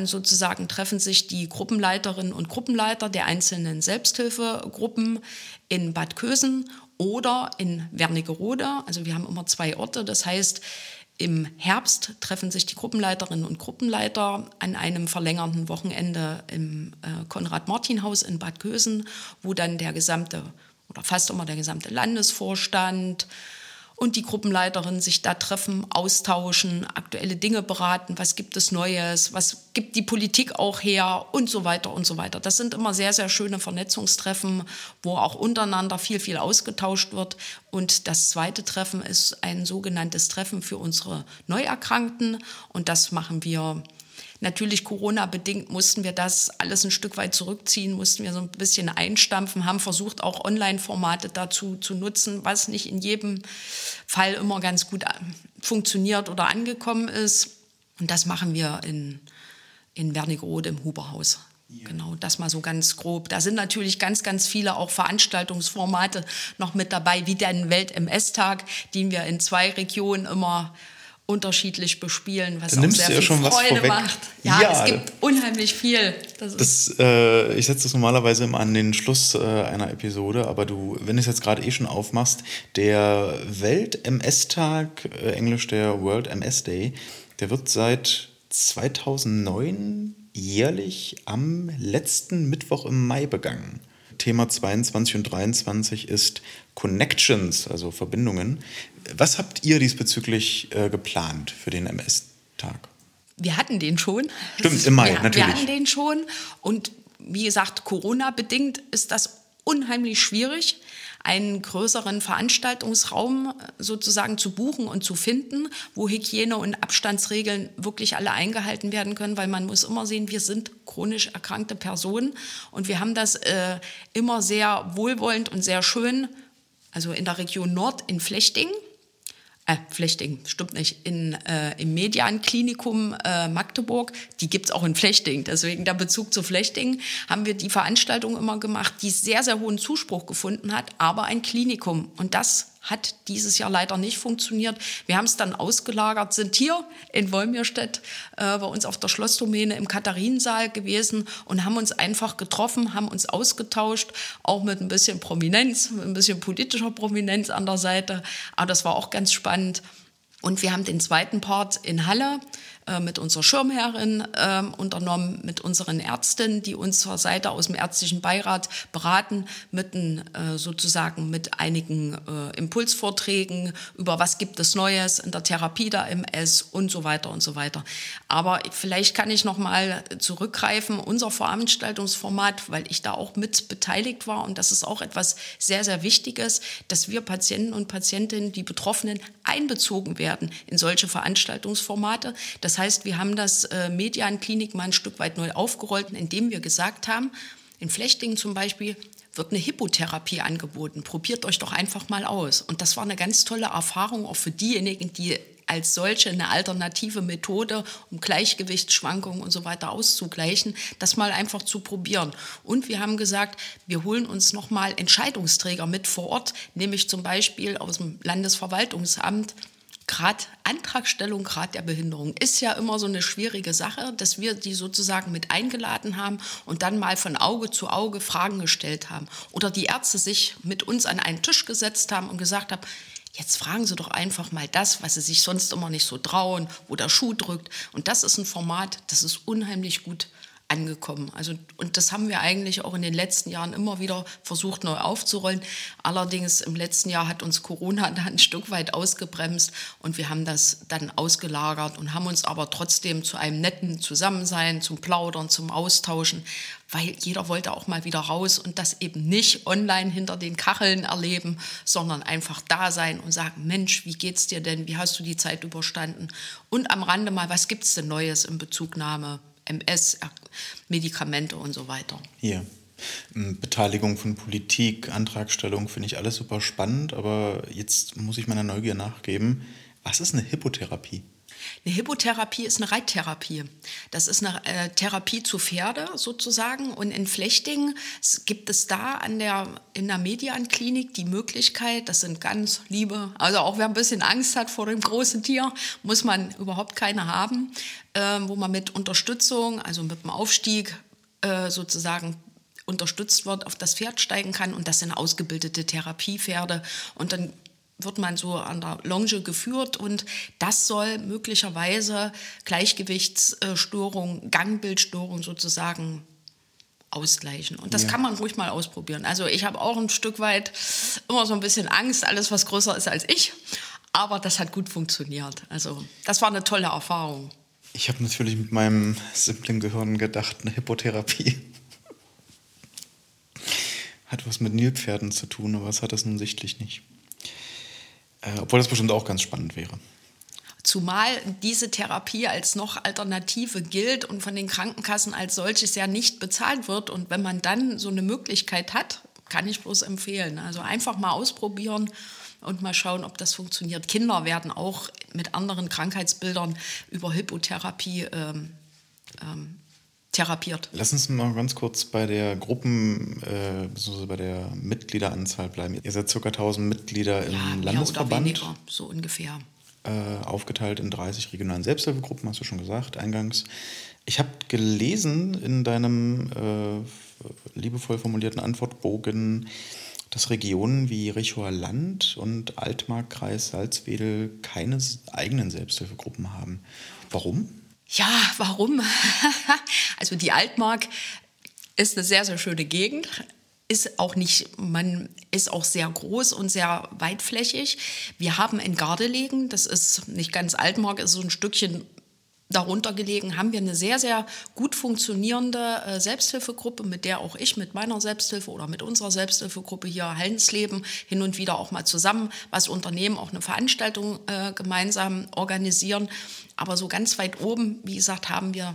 sich die Gruppenleiterinnen und Gruppenleiter der einzelnen Selbsthilfegruppen in Bad Kösen oder in Wernigerode. Also wir haben immer 2 Orte. Das heißt, im Herbst treffen sich die Gruppenleiterinnen und Gruppenleiter an einem verlängerten Wochenende im Konrad-Martin-Haus in Bad Kösen, wo dann fast immer der gesamte Landesvorstand und die Gruppenleiterinnen sich da treffen, austauschen, aktuelle Dinge beraten, was gibt es Neues, was gibt die Politik auch her und so weiter und so weiter. Das sind immer sehr, sehr schöne Vernetzungstreffen, wo auch untereinander viel ausgetauscht wird. Und das zweite Treffen ist ein sogenanntes Treffen für unsere Neuerkrankten, und das machen wir. Natürlich Corona-bedingt mussten wir das alles ein Stück weit zurückziehen, mussten wir so ein bisschen einstampfen, haben versucht, auch Online-Formate dazu zu nutzen, was nicht in jedem Fall immer ganz gut funktioniert oder angekommen ist. Und das machen wir in Wernigerode im Huberhaus. Ja. Genau, das mal so ganz grob. Da sind natürlich ganz viele auch Veranstaltungsformate noch mit dabei, wie den Welt-MS-Tag, den wir in 2 Regionen immer unterschiedlich bespielen, was auch sehr viel Freude macht. Ja, es gibt unheimlich viel. Ich setze das normalerweise immer an den Schluss einer Episode, aber wenn du es jetzt gerade schon aufmachst, der Welt-MS-Tag, englisch der World MS Day, der wird seit 2009 jährlich am letzten Mittwoch im Mai begangen. Thema 22 und 23 ist Connections, also Verbindungen. Was habt ihr diesbezüglich geplant für den MS-Tag? Wir hatten den schon. Stimmt, im Mai, natürlich. Wir hatten den schon, und wie gesagt, Corona-bedingt ist das unheimlich schwierig, einen größeren Veranstaltungsraum sozusagen zu buchen und zu finden, wo Hygiene- und Abstandsregeln wirklich alle eingehalten werden können, weil man muss immer sehen, wir sind chronisch erkrankte Personen, und wir haben das immer sehr wohlwollend und sehr schön, also in der Region Nord in Flechting, stimmt nicht, im Median-Klinikum Magdeburg, die gibt es auch in Flechting, deswegen der Bezug zu Flechting, haben wir die Veranstaltung immer gemacht, die sehr, sehr hohen Zuspruch gefunden hat, aber ein Klinikum, und das hat dieses Jahr leider nicht funktioniert. Wir haben es dann ausgelagert, sind hier in Wolmirstedt bei uns auf der Schlossdomäne im Katharinensaal gewesen und haben uns einfach getroffen, haben uns ausgetauscht, auch mit ein bisschen Prominenz, mit ein bisschen politischer Prominenz an der Seite. Aber das war auch ganz spannend. Und wir haben den zweiten Part in Halle mit unserer Schirmherrin unternommen, mit unseren Ärztinnen, die unserer Seite aus dem ärztlichen Beirat beraten, mit einigen Impulsvorträgen über was gibt es Neues in der Therapie der MS und so weiter und so weiter. Aber vielleicht kann ich noch mal zurückgreifen, unser Veranstaltungsformat, weil ich da auch mit beteiligt war, und das ist auch etwas sehr, sehr Wichtiges, dass wir Patienten und Patientinnen, die Betroffenen, einbezogen werden in solche Veranstaltungsformate. Das heißt, wir haben das Median-Klinik mal ein Stück weit neu aufgerollt, indem wir gesagt haben, in Flechtingen zum Beispiel wird eine Hippotherapie angeboten. Probiert euch doch einfach mal aus. Und das war eine ganz tolle Erfahrung, auch für diejenigen, die als solche eine alternative Methode, um Gleichgewichtsschwankungen und so weiter auszugleichen, das mal einfach zu probieren. Und wir haben gesagt, wir holen uns nochmal Entscheidungsträger mit vor Ort, nämlich zum Beispiel aus dem Landesverwaltungsamt. Gerade Antragstellung, Grad der Behinderung ist ja immer so eine schwierige Sache, dass wir die sozusagen mit eingeladen haben und dann mal von Auge zu Auge Fragen gestellt haben. Oder die Ärzte sich mit uns an einen Tisch gesetzt haben und gesagt haben, jetzt fragen Sie doch einfach mal das, was Sie sich sonst immer nicht so trauen, wo der Schuh drückt. Und das ist ein Format, das ist unheimlich gut angekommen. Also, und das haben wir eigentlich auch in den letzten Jahren immer wieder versucht, neu aufzurollen. Allerdings im letzten Jahr hat uns Corona da ein Stück weit ausgebremst und wir haben das dann ausgelagert und haben uns aber trotzdem zu einem netten Zusammensein, zum Plaudern, zum Austauschen, weil jeder wollte auch mal wieder raus und das eben nicht online hinter den Kacheln erleben, sondern einfach da sein und sagen, Mensch, wie geht's dir denn? Wie hast du die Zeit überstanden? Und am Rande mal, was gibt's denn Neues in Bezugnahme MS, Medikamente und so weiter. Hier. Beteiligung von Politik, Antragstellung finde ich alles super spannend, aber jetzt muss ich meiner Neugier nachgeben. Was ist eine Hippotherapie? Eine Hippotherapie ist eine Reittherapie. Das ist eine Therapie zu Pferde sozusagen. Und in Flechtingen gibt es da in der Median-Klinik die Möglichkeit, das sind ganz liebe, also auch wer ein bisschen Angst hat vor dem großen Tier, muss man überhaupt keine haben, wo man mit Unterstützung, also mit dem Aufstieg sozusagen unterstützt wird, auf das Pferd steigen kann. Und das sind ausgebildete Therapiepferde. Und dann wird man so an der Longe geführt und das soll möglicherweise Gleichgewichtsstörungen, Gangbildstörungen sozusagen ausgleichen. Und das kann man ruhig mal ausprobieren. Also ich habe auch ein Stück weit immer so ein bisschen Angst, alles was größer ist als ich, aber das hat gut funktioniert. Also das war eine tolle Erfahrung. Ich habe natürlich mit meinem simplen Gehirn gedacht, eine Hippotherapie hat was mit Nilpferden zu tun, aber es hat das nun sichtlich nicht. Obwohl das bestimmt auch ganz spannend wäre. Zumal diese Therapie als noch Alternative gilt und von den Krankenkassen als solches ja nicht bezahlt wird. Und wenn man dann so eine Möglichkeit hat, kann ich bloß empfehlen. Also einfach mal ausprobieren und mal schauen, ob das funktioniert. Kinder werden auch mit anderen Krankheitsbildern über Hippotherapie therapiert. Lass uns mal ganz kurz bei der beziehungsweise bei der Mitgliederanzahl bleiben. Ihr seid ca. 1000 Mitglieder im Landesverband. Mehr oder weniger, so ungefähr. Aufgeteilt in 30 regionalen Selbsthilfegruppen, hast du schon gesagt, eingangs. Ich habe gelesen in deinem liebevoll formulierten Antwortbogen, dass Regionen wie Richower Land und Altmark-Kreis Salzwedel keine eigenen Selbsthilfegruppen haben. Warum? Ja, warum? Also die Altmark ist eine sehr, sehr schöne Gegend. Man ist auch sehr groß und sehr weitflächig. Wir haben in Gardelegen, das ist nicht ganz Altmark, ist so ein Stückchen darunter gelegen, haben wir eine sehr, sehr gut funktionierende Selbsthilfegruppe, mit der auch ich mit meiner Selbsthilfe oder mit unserer Selbsthilfegruppe hier Hallensleben hin und wieder auch mal zusammen was unternehmen, auch eine Veranstaltung gemeinsam organisieren. Aber so ganz weit oben, wie gesagt,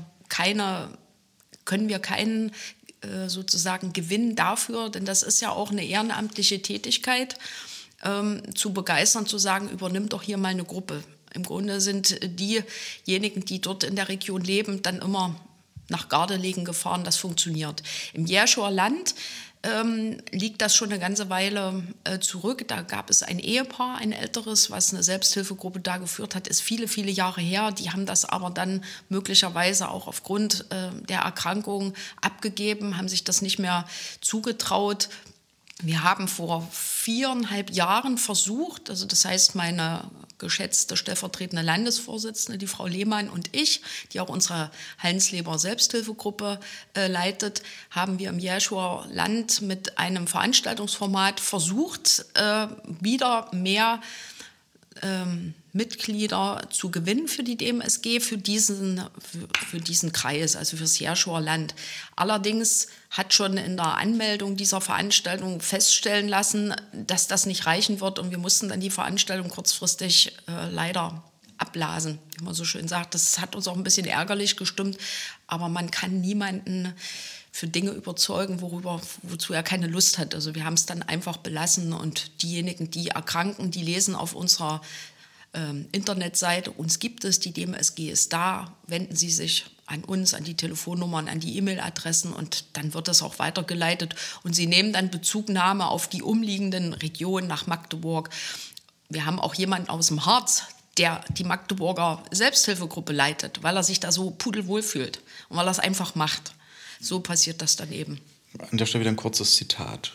können wir keinen sozusagen Gewinn dafür, denn das ist ja auch eine ehrenamtliche Tätigkeit, zu begeistern, zu sagen, übernimm doch hier mal eine Gruppe. Im Grunde sind diejenigen, die dort in der Region leben, dann immer nach Gardelegen gefahren. Das funktioniert. Im Jerschower Land liegt das schon eine ganze Weile zurück. Da gab es ein Ehepaar, ein älteres, was eine Selbsthilfegruppe da geführt hat, ist viele, viele Jahre her. Die haben das aber dann möglicherweise auch aufgrund der Erkrankung abgegeben, haben sich das nicht mehr zugetraut. Wir haben vor 4,5 Jahren versucht, also das heißt meine geschätzte stellvertretende Landesvorsitzende, die Frau Lehmann und ich, die auch unsere Hallensleber Selbsthilfegruppe leitet, haben wir im Jerschower Land mit einem Veranstaltungsformat versucht, wieder mehr Mitglieder zu gewinnen für die DMSG, für diesen Kreis, also für das Jerschower Land. Allerdings hat schon in der Anmeldung dieser Veranstaltung feststellen lassen, dass das nicht reichen wird und wir mussten dann die Veranstaltung kurzfristig leider abblasen, wie man so schön sagt. Das hat uns auch ein bisschen ärgerlich gestimmt, aber man kann niemanden für Dinge überzeugen, wozu er keine Lust hat. Also wir haben es dann einfach belassen und diejenigen, die erkranken, die lesen auf unserer Internetseite. Uns gibt es, die DMSG ist da. Wenden Sie sich an uns, an die Telefonnummern, an die E-Mail-Adressen und dann wird das auch weitergeleitet. Und Sie nehmen dann Bezugnahme auf die umliegenden Regionen nach Magdeburg. Wir haben auch jemanden aus dem Harz, der die Magdeburger Selbsthilfegruppe leitet, weil er sich da so pudelwohl fühlt und weil er es einfach macht. So passiert das dann eben. An der Stelle wieder ein kurzes Zitat.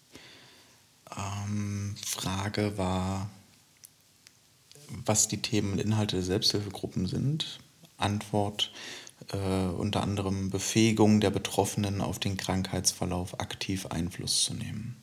Frage war, was die Themen und Inhalte der Selbsthilfegruppen sind. Antwort unter anderem Befähigung der Betroffenen auf den Krankheitsverlauf aktiv Einfluss zu nehmen.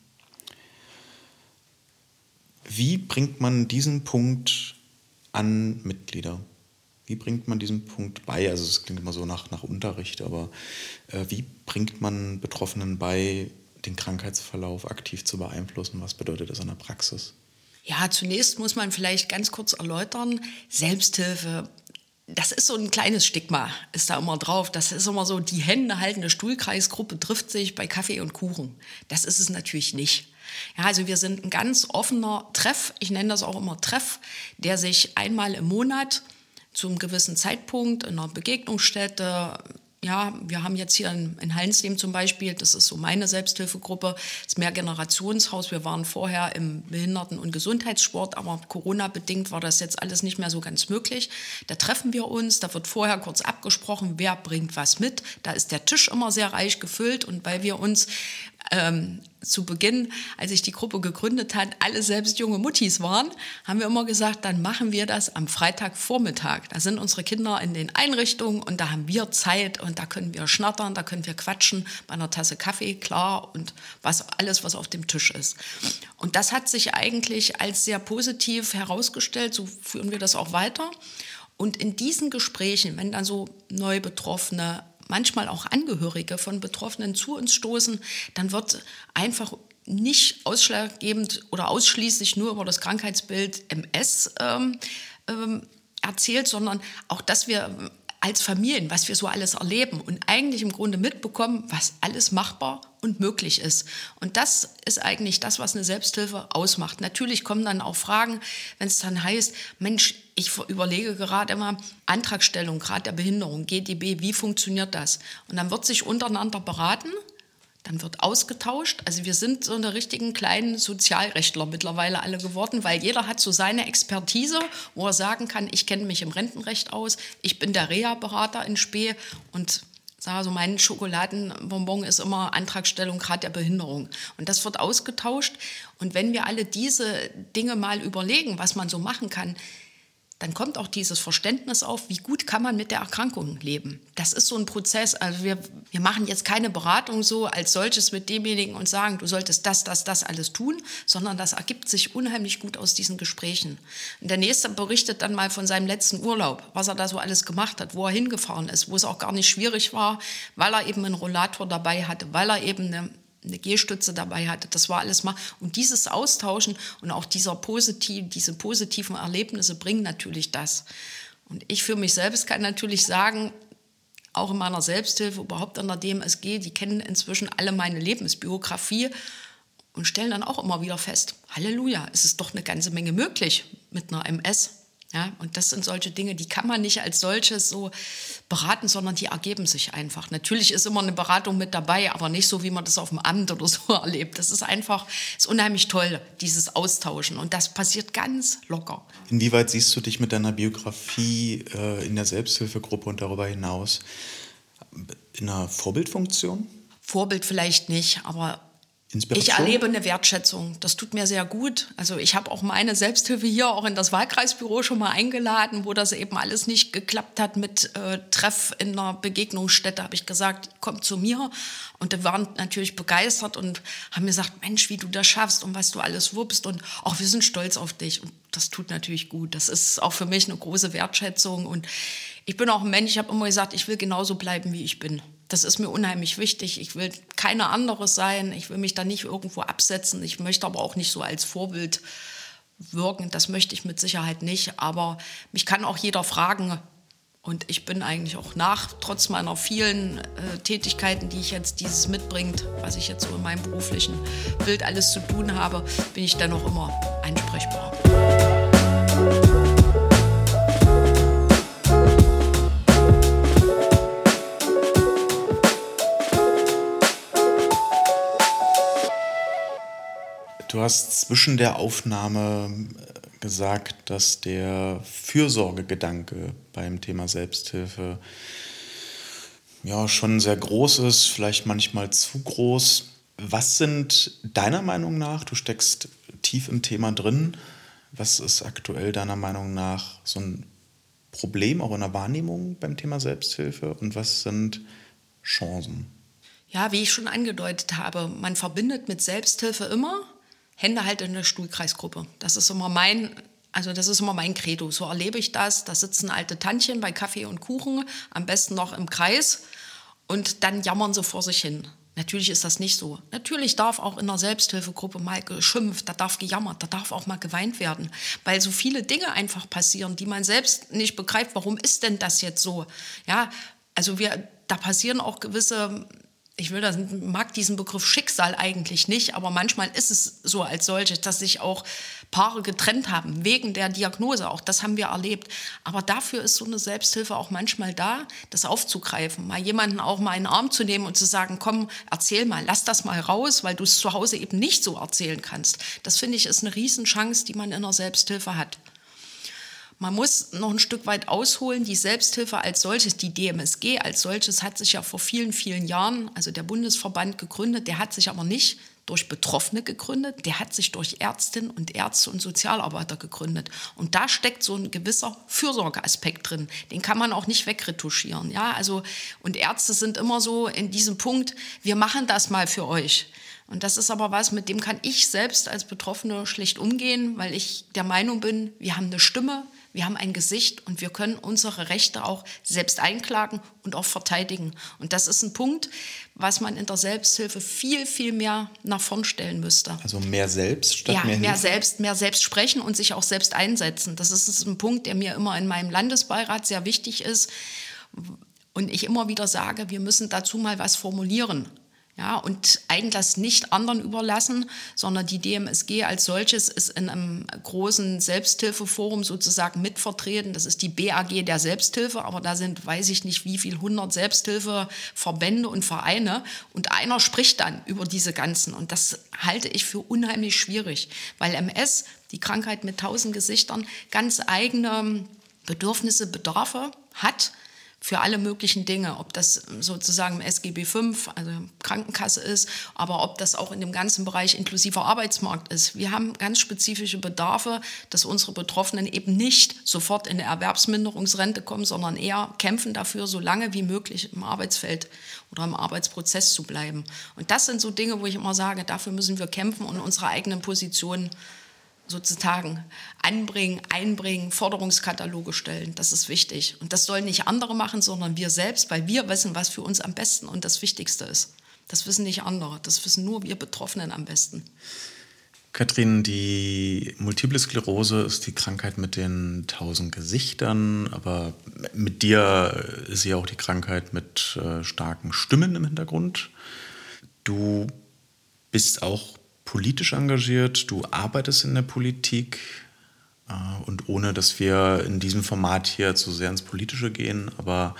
Wie bringt man diesen Punkt an Mitglieder? Wie bringt man diesen Punkt bei? Also es klingt immer so nach Unterricht, aber wie bringt man Betroffenen bei, den Krankheitsverlauf aktiv zu beeinflussen? Was bedeutet das in der Praxis? Ja, zunächst muss man vielleicht ganz kurz erläutern, Selbsthilfe, das ist so ein kleines Stigma, ist da immer drauf. Das ist immer so, die Hände haltende Stuhlkreisgruppe trifft sich bei Kaffee und Kuchen. Das ist es natürlich nicht. Ja, also wir sind ein ganz offener Treff, ich nenne das auch immer Treff, der sich einmal im Monat zu einem gewissen Zeitpunkt in einer Begegnungsstätte, ja, wir haben jetzt hier in Hallensleben zum Beispiel, das ist so meine Selbsthilfegruppe, das Mehrgenerationshaus. Wir waren vorher im Behinderten- und Gesundheitssport, aber Corona-bedingt war das jetzt alles nicht mehr so ganz möglich. Da treffen wir uns, da wird vorher kurz abgesprochen, wer bringt was mit. Da ist der Tisch immer sehr reich gefüllt und weil wir uns zu Beginn, als ich die Gruppe gegründet hat, alle selbst junge Muttis waren, haben wir immer gesagt, dann machen wir das am Freitagvormittag. Da sind unsere Kinder in den Einrichtungen und da haben wir Zeit und da können wir schnattern, da können wir quatschen, bei einer Tasse Kaffee, klar, und alles, was auf dem Tisch ist. Und das hat sich eigentlich als sehr positiv herausgestellt, so führen wir das auch weiter. Und in diesen Gesprächen, wenn dann so neu Betroffene, manchmal auch Angehörige von Betroffenen zu uns stoßen, dann wird einfach nicht ausschlaggebend oder ausschließlich nur über das Krankheitsbild MS erzählt, sondern auch, dass wir als Familien, was wir so alles erleben und eigentlich im Grunde mitbekommen, was alles machbar und möglich ist. Und das ist eigentlich das, was eine Selbsthilfe ausmacht. Natürlich kommen dann auch Fragen, wenn es dann heißt, Mensch, ich überlege gerade immer, Antragstellung, Grad der Behinderung, GDB, wie funktioniert das? Und dann wird sich untereinander beraten, dann wird ausgetauscht. Also wir sind so eine richtigen kleinen Sozialrechtler mittlerweile alle geworden, weil jeder hat so seine Expertise, wo er sagen kann, ich kenne mich im Rentenrecht aus, ich bin der Reha-Berater in Spee und sage so, mein Schokoladenbonbon ist immer Antragstellung, Grad der Behinderung. Und das wird ausgetauscht. Und wenn wir alle diese Dinge mal überlegen, was man so machen kann, dann kommt auch dieses Verständnis auf, wie gut kann man mit der Erkrankung leben. Das ist so ein Prozess. Also wir machen jetzt keine Beratung so als solches mit demjenigen und sagen, du solltest das alles tun, sondern das ergibt sich unheimlich gut aus diesen Gesprächen. Und der Nächste berichtet dann mal von seinem letzten Urlaub, was er da so alles gemacht hat, wo er hingefahren ist, wo es auch gar nicht schwierig war, weil er eben einen Rollator dabei hatte, weil er eben eine Gehstütze dabei hatte, das war alles mal. Und dieses Austauschen und auch diese positiven Erlebnisse bringen natürlich das. Und ich für mich selbst kann natürlich sagen, auch in meiner Selbsthilfe, überhaupt an der DMSG, die kennen inzwischen alle meine Lebensbiografie und stellen dann auch immer wieder fest, Halleluja, es ist doch eine ganze Menge möglich mit einer MS. Ja, und das sind solche Dinge, die kann man nicht als solches so beraten, sondern die ergeben sich einfach. Natürlich ist immer eine Beratung mit dabei, aber nicht so, wie man das auf dem Amt oder so erlebt. Das ist einfach, ist unheimlich toll, dieses Austauschen. Und das passiert ganz locker. Inwieweit siehst du dich mit deiner Biografie in der Selbsthilfegruppe und darüber hinaus in einer Vorbildfunktion? Vorbild vielleicht nicht, aber ich erlebe eine Wertschätzung. Das tut mir sehr gut. Also ich habe auch meine Selbsthilfe hier auch in das Wahlkreisbüro schon mal eingeladen, wo das eben alles nicht geklappt hat mit Treff in einer Begegnungsstätte. Habe ich gesagt, komm zu mir. Und die waren natürlich begeistert und haben mir gesagt, Mensch, wie du das schaffst und was du alles wuppst. Und auch wir sind stolz auf dich. Und das tut natürlich gut. Das ist auch für mich eine große Wertschätzung. Und ich bin auch ein Mensch, ich habe immer gesagt, ich will genauso bleiben, wie ich bin. Das ist mir unheimlich wichtig. Ich will keine anderes sein. Ich will mich da nicht irgendwo absetzen. Ich möchte aber auch nicht so als Vorbild wirken. Das möchte ich mit Sicherheit nicht. Aber mich kann auch jeder fragen. Und ich bin eigentlich auch trotz meiner vielen Tätigkeiten, die ich jetzt dieses mitbringt, was ich jetzt so in meinem beruflichen Bild alles zu tun habe, bin ich dennoch immer ansprechbar. Du hast zwischen der Aufnahme gesagt, dass der Fürsorgegedanke beim Thema Selbsthilfe ja schon sehr groß ist, vielleicht manchmal zu groß. Was sind deiner Meinung nach, du steckst tief im Thema drin, was ist aktuell deiner Meinung nach so ein Problem auch in der Wahrnehmung beim Thema Selbsthilfe und was sind Chancen? Ja, wie ich schon angedeutet habe, man verbindet mit Selbsthilfe immer Hände halt in der Stuhlkreisgruppe. Das ist immer mein Credo. So erlebe ich das. Da sitzen alte Tantchen bei Kaffee und Kuchen, am besten noch im Kreis und dann jammern sie vor sich hin. Natürlich ist das nicht so. Natürlich darf auch in der Selbsthilfegruppe mal geschimpft, da darf gejammert, da darf auch mal geweint werden, weil so viele Dinge einfach passieren, die man selbst nicht begreift. Warum ist denn das jetzt so? Ja, also da passieren auch gewisse, mag diesen Begriff Schicksal eigentlich nicht, aber manchmal ist es so als solches, dass sich auch Paare getrennt haben, wegen der Diagnose, auch das haben wir erlebt. Aber dafür ist so eine Selbsthilfe auch manchmal da, das aufzugreifen, mal jemanden auch mal in den Arm zu nehmen und zu sagen, komm, erzähl mal, lass das mal raus, weil du es zu Hause eben nicht so erzählen kannst. Das finde ich ist eine Riesenchance, die man in der Selbsthilfe hat. Man muss noch ein Stück weit ausholen, die Selbsthilfe als solches, die DMSG als solches hat sich ja vor vielen, vielen Jahren, also der Bundesverband gegründet, der hat sich aber nicht durch Betroffene gegründet, der hat sich durch Ärztinnen und Ärzte und Sozialarbeiter gegründet. Und da steckt so ein gewisser Fürsorgeaspekt drin, den kann man auch nicht wegretuschieren. Ja? Also, und Ärzte sind immer so in diesem Punkt, wir machen das mal für euch. Und das ist aber was, mit dem kann ich selbst als Betroffene schlecht umgehen, weil ich der Meinung bin, wir haben eine Stimme, wir haben ein Gesicht und wir können unsere Rechte auch selbst einklagen und auch verteidigen. Und das ist ein Punkt, was man in der Selbsthilfe viel, viel mehr nach vorn stellen müsste. Also mehr selbst statt mehr Hilfe? Mehr selbst sprechen und sich auch selbst einsetzen. Das ist ein Punkt, der mir immer in meinem Landesbeirat sehr wichtig ist. Und ich immer wieder sage, wir müssen dazu mal was formulieren. Ja, und eigentlich das nicht anderen überlassen, sondern die DMSG als solches ist in einem großen Selbsthilfeforum sozusagen mitvertreten. Das ist die BAG der Selbsthilfe, aber da sind, weiß ich nicht, wie viel 100 Selbsthilfeverbände und Vereine. Und einer spricht dann über diese ganzen. Und das halte ich für unheimlich schwierig, weil MS, die Krankheit mit 1000 Gesichtern, ganz eigene Bedürfnisse, Bedarfe hat, für alle möglichen Dinge, ob das sozusagen im SGB V, also Krankenkasse ist, aber ob das auch in dem ganzen Bereich inklusiver Arbeitsmarkt ist. Wir haben ganz spezifische Bedarfe, dass unsere Betroffenen eben nicht sofort in eine Erwerbsminderungsrente kommen, sondern eher kämpfen dafür, so lange wie möglich im Arbeitsfeld oder im Arbeitsprozess zu bleiben. Und das sind so Dinge, wo ich immer sage, dafür müssen wir kämpfen und unsere eigenen Positionen sozusagen einbringen, Forderungskataloge stellen. Das ist wichtig. Und das sollen nicht andere machen, sondern wir selbst, weil wir wissen, was für uns am besten und das Wichtigste ist. Das wissen nicht andere, das wissen nur wir Betroffenen am besten. Katrin, die Multiple Sklerose ist die Krankheit mit den 1000 Gesichtern, aber mit dir ist ja auch die Krankheit mit starken Stimmen im Hintergrund. Du bist auch politisch engagiert, du arbeitest in der Politik und ohne, dass wir in diesem Format hier zu sehr ins Politische gehen, aber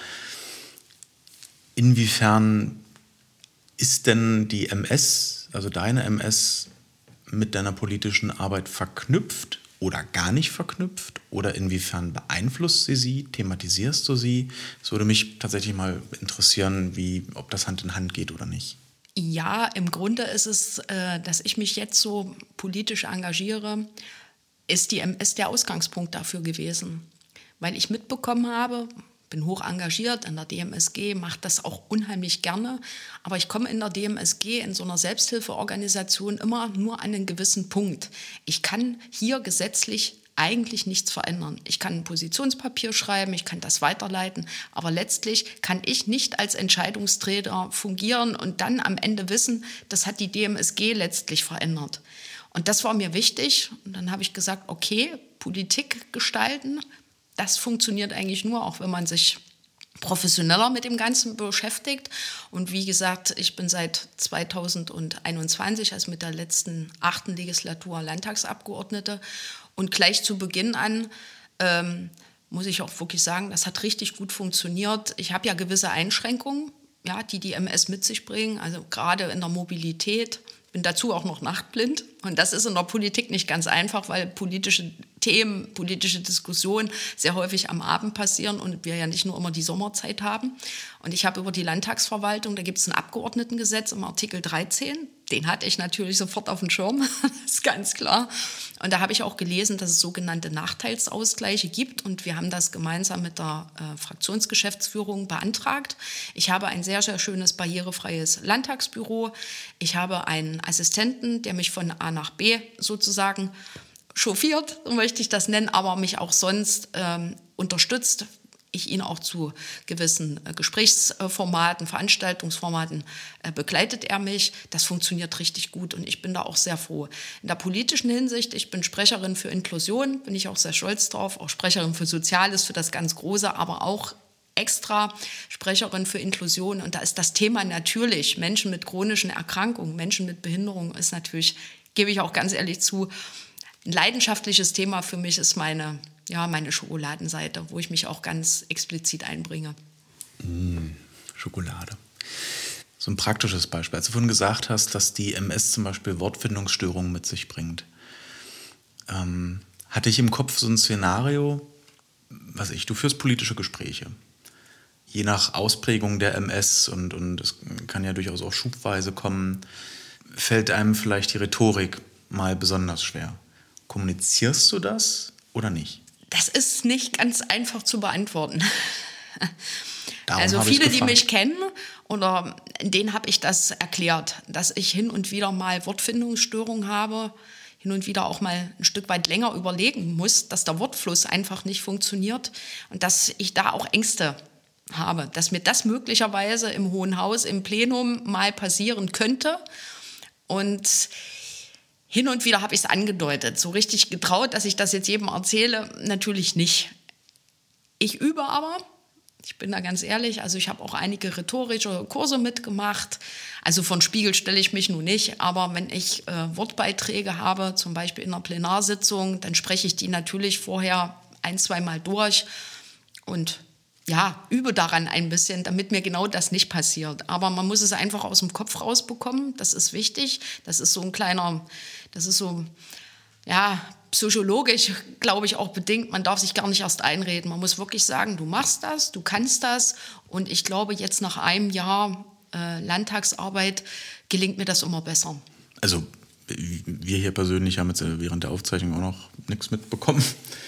inwiefern ist denn die MS, also deine MS, mit deiner politischen Arbeit verknüpft oder gar nicht verknüpft oder inwiefern beeinflusst sie, thematisierst du sie? Es würde mich tatsächlich mal interessieren, ob das Hand in Hand geht oder nicht. Ja, im Grunde ist es, dass ich mich jetzt so politisch engagiere, ist die MS der Ausgangspunkt dafür gewesen. Weil ich mitbekommen habe, bin hoch engagiert in der DMSG, mache das auch unheimlich gerne, aber ich komme in der DMSG, in so einer Selbsthilfeorganisation, immer nur an einen gewissen Punkt. Ich kann hier gesetzlich eigentlich nichts verändern. Ich kann ein Positionspapier schreiben, ich kann das weiterleiten, aber letztlich kann ich nicht als Entscheidungsträger fungieren und dann am Ende wissen, das hat die DMSG letztlich verändert. Und das war mir wichtig. Und dann habe ich gesagt, okay, Politik gestalten, das funktioniert eigentlich nur, auch wenn man sich professioneller mit dem Ganzen beschäftigt. Und wie gesagt, ich bin seit 2021, also mit der letzten 8. Legislatur, Landtagsabgeordnete. Und gleich zu Beginn an muss ich auch wirklich sagen, das hat richtig gut funktioniert. Ich habe ja gewisse Einschränkungen, ja, die MS mit sich bringen, also gerade in der Mobilität. bin dazu auch noch nachtblind. Und das ist in der Politik nicht ganz einfach, weil politische Themen, politische Diskussionen sehr häufig am Abend passieren und wir ja nicht nur immer die Sommerzeit haben. Und ich habe über die Landtagsverwaltung, da gibt es ein Abgeordnetengesetz im Artikel 13. Den hatte ich natürlich sofort auf dem Schirm, das ist ganz klar. Und da habe ich auch gelesen, dass es sogenannte Nachteilsausgleiche gibt. Und wir haben das gemeinsam mit der Fraktionsgeschäftsführung beantragt. Ich habe ein sehr, sehr schönes barrierefreies Landtagsbüro. Ich habe einen Assistenten, der mich von A nach B sozusagen chauffiert, so möchte ich das nennen, aber mich auch sonst unterstützt. Ich ihn auch zu gewissen Gesprächsformaten, Veranstaltungsformaten begleitet er mich. Das funktioniert richtig gut und ich bin da auch sehr froh. In der politischen Hinsicht, ich bin Sprecherin für Inklusion, bin ich auch sehr stolz drauf, auch Sprecherin für Soziales, für das ganz Große, aber auch extra Sprecherin für Inklusion. Und da ist das Thema natürlich, Menschen mit chronischen Erkrankungen, Menschen mit Behinderung ist natürlich, gebe ich auch ganz ehrlich zu, ein leidenschaftliches Thema für mich ist meine Schokoladenseite, wo ich mich auch ganz explizit einbringe. Schokolade. So ein praktisches Beispiel. Als du vorhin gesagt hast, dass die MS zum Beispiel Wortfindungsstörungen mit sich bringt, hatte ich im Kopf so ein Szenario, du führst politische Gespräche. Je nach Ausprägung der MS und es kann ja durchaus auch schubweise kommen, fällt einem vielleicht die Rhetorik mal besonders schwer. Kommunizierst du das oder nicht? Das ist nicht ganz einfach zu beantworten. Darum also viele, die mich kennen, oder denen habe ich das erklärt, dass ich hin und wieder mal Wortfindungsstörungen habe, hin und wieder auch mal ein Stück weit länger überlegen muss, dass der Wortfluss einfach nicht funktioniert und dass ich da auch Ängste habe, dass mir das möglicherweise im Hohen Haus, im Plenum mal passieren könnte. Und hin und wieder habe ich es angedeutet. So richtig getraut, dass ich das jetzt jedem erzähle, natürlich nicht. Ich übe aber, ich bin da ganz ehrlich, also ich habe auch einige rhetorische Kurse mitgemacht. Also von Spiegel stelle ich mich nun nicht, aber wenn ich Wortbeiträge habe, zum Beispiel in einer Plenarsitzung, dann spreche ich die natürlich vorher 1-2 Mal durch und übe daran ein bisschen, damit mir genau das nicht passiert. Aber man muss es einfach aus dem Kopf rausbekommen, das ist wichtig. Das ist psychologisch, glaube ich, auch bedingt. Man darf sich gar nicht erst einreden. Man muss wirklich sagen, du machst das, du kannst das. Und ich glaube, jetzt nach einem Jahr Landtagsarbeit gelingt mir das immer besser. Also wir hier persönlich haben jetzt während der Aufzeichnung auch noch nichts mitbekommen.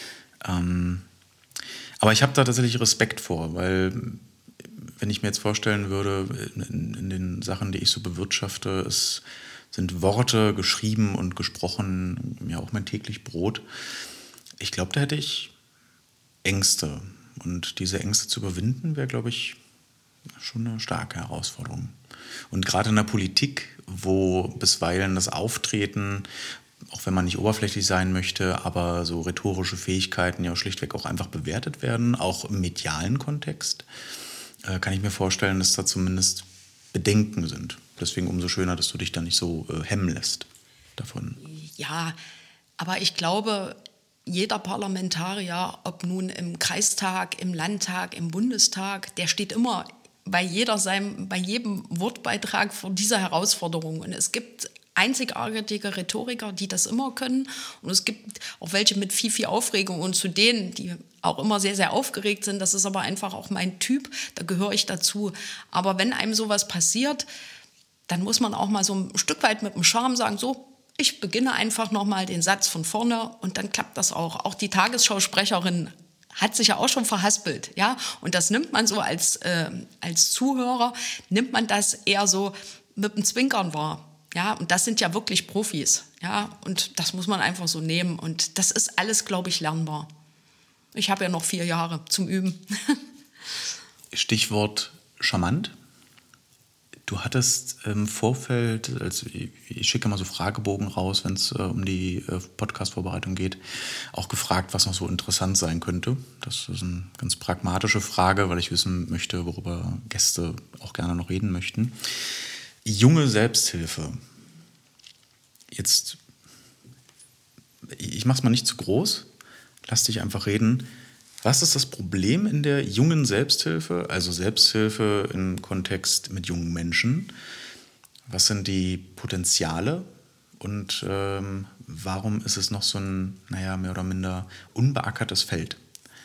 Aber ich habe da tatsächlich Respekt vor, weil wenn ich mir jetzt vorstellen würde, in den Sachen, die ich so bewirtschafte, es sind Worte geschrieben und gesprochen, ja auch mein täglich Brot. Ich glaube, da hätte ich Ängste. Und diese Ängste zu überwinden, wäre, glaube ich, schon eine starke Herausforderung. Und gerade in der Politik, wo bisweilen das Auftreten, auch wenn man nicht oberflächlich sein möchte, aber so rhetorische Fähigkeiten ja schlichtweg auch einfach bewertet werden, auch im medialen Kontext, kann ich mir vorstellen, dass da zumindest Bedenken sind. Deswegen umso schöner, dass du dich da nicht so hemmen lässt davon. Ja, aber ich glaube, jeder Parlamentarier, ob nun im Kreistag, im Landtag, im Bundestag, der steht immer bei jedem Wortbeitrag vor dieser Herausforderung. Und es gibt einzigartige Rhetoriker, die das immer können. Und es gibt auch welche mit viel, viel Aufregung. Und zu denen, die auch immer sehr, sehr aufgeregt sind, das ist aber einfach auch mein Typ, da gehöre ich dazu. Aber wenn einem sowas passiert, dann muss man auch mal so ein Stück weit mit dem Charme sagen, so, ich beginne einfach nochmal den Satz von vorne und dann klappt das auch. Auch die Tagesschausprecherin hat sich ja auch schon verhaspelt, ja. Und das nimmt man so als Zuhörer, nimmt man das eher so mit dem Zwinkern wahr. Ja, und das sind ja wirklich Profis, ja, und das muss man einfach so nehmen und das ist alles, glaube ich, lernbar. Ich habe ja noch 4 Jahre zum Üben. Stichwort charmant. Du hattest im Vorfeld, ich schicke mal so Fragebogen raus, wenn es um die Podcast-Vorbereitung geht, auch gefragt, was noch so interessant sein könnte. Das ist eine ganz pragmatische Frage, weil ich wissen möchte, worüber Gäste auch gerne noch reden möchten. Junge Selbsthilfe. Jetzt, ich mache es mal nicht zu groß, lass dich einfach reden. Was ist das Problem in der jungen Selbsthilfe, also Selbsthilfe im Kontext mit jungen Menschen? Was sind die Potenziale und warum ist es noch so ein, mehr oder minder unbeackertes Feld?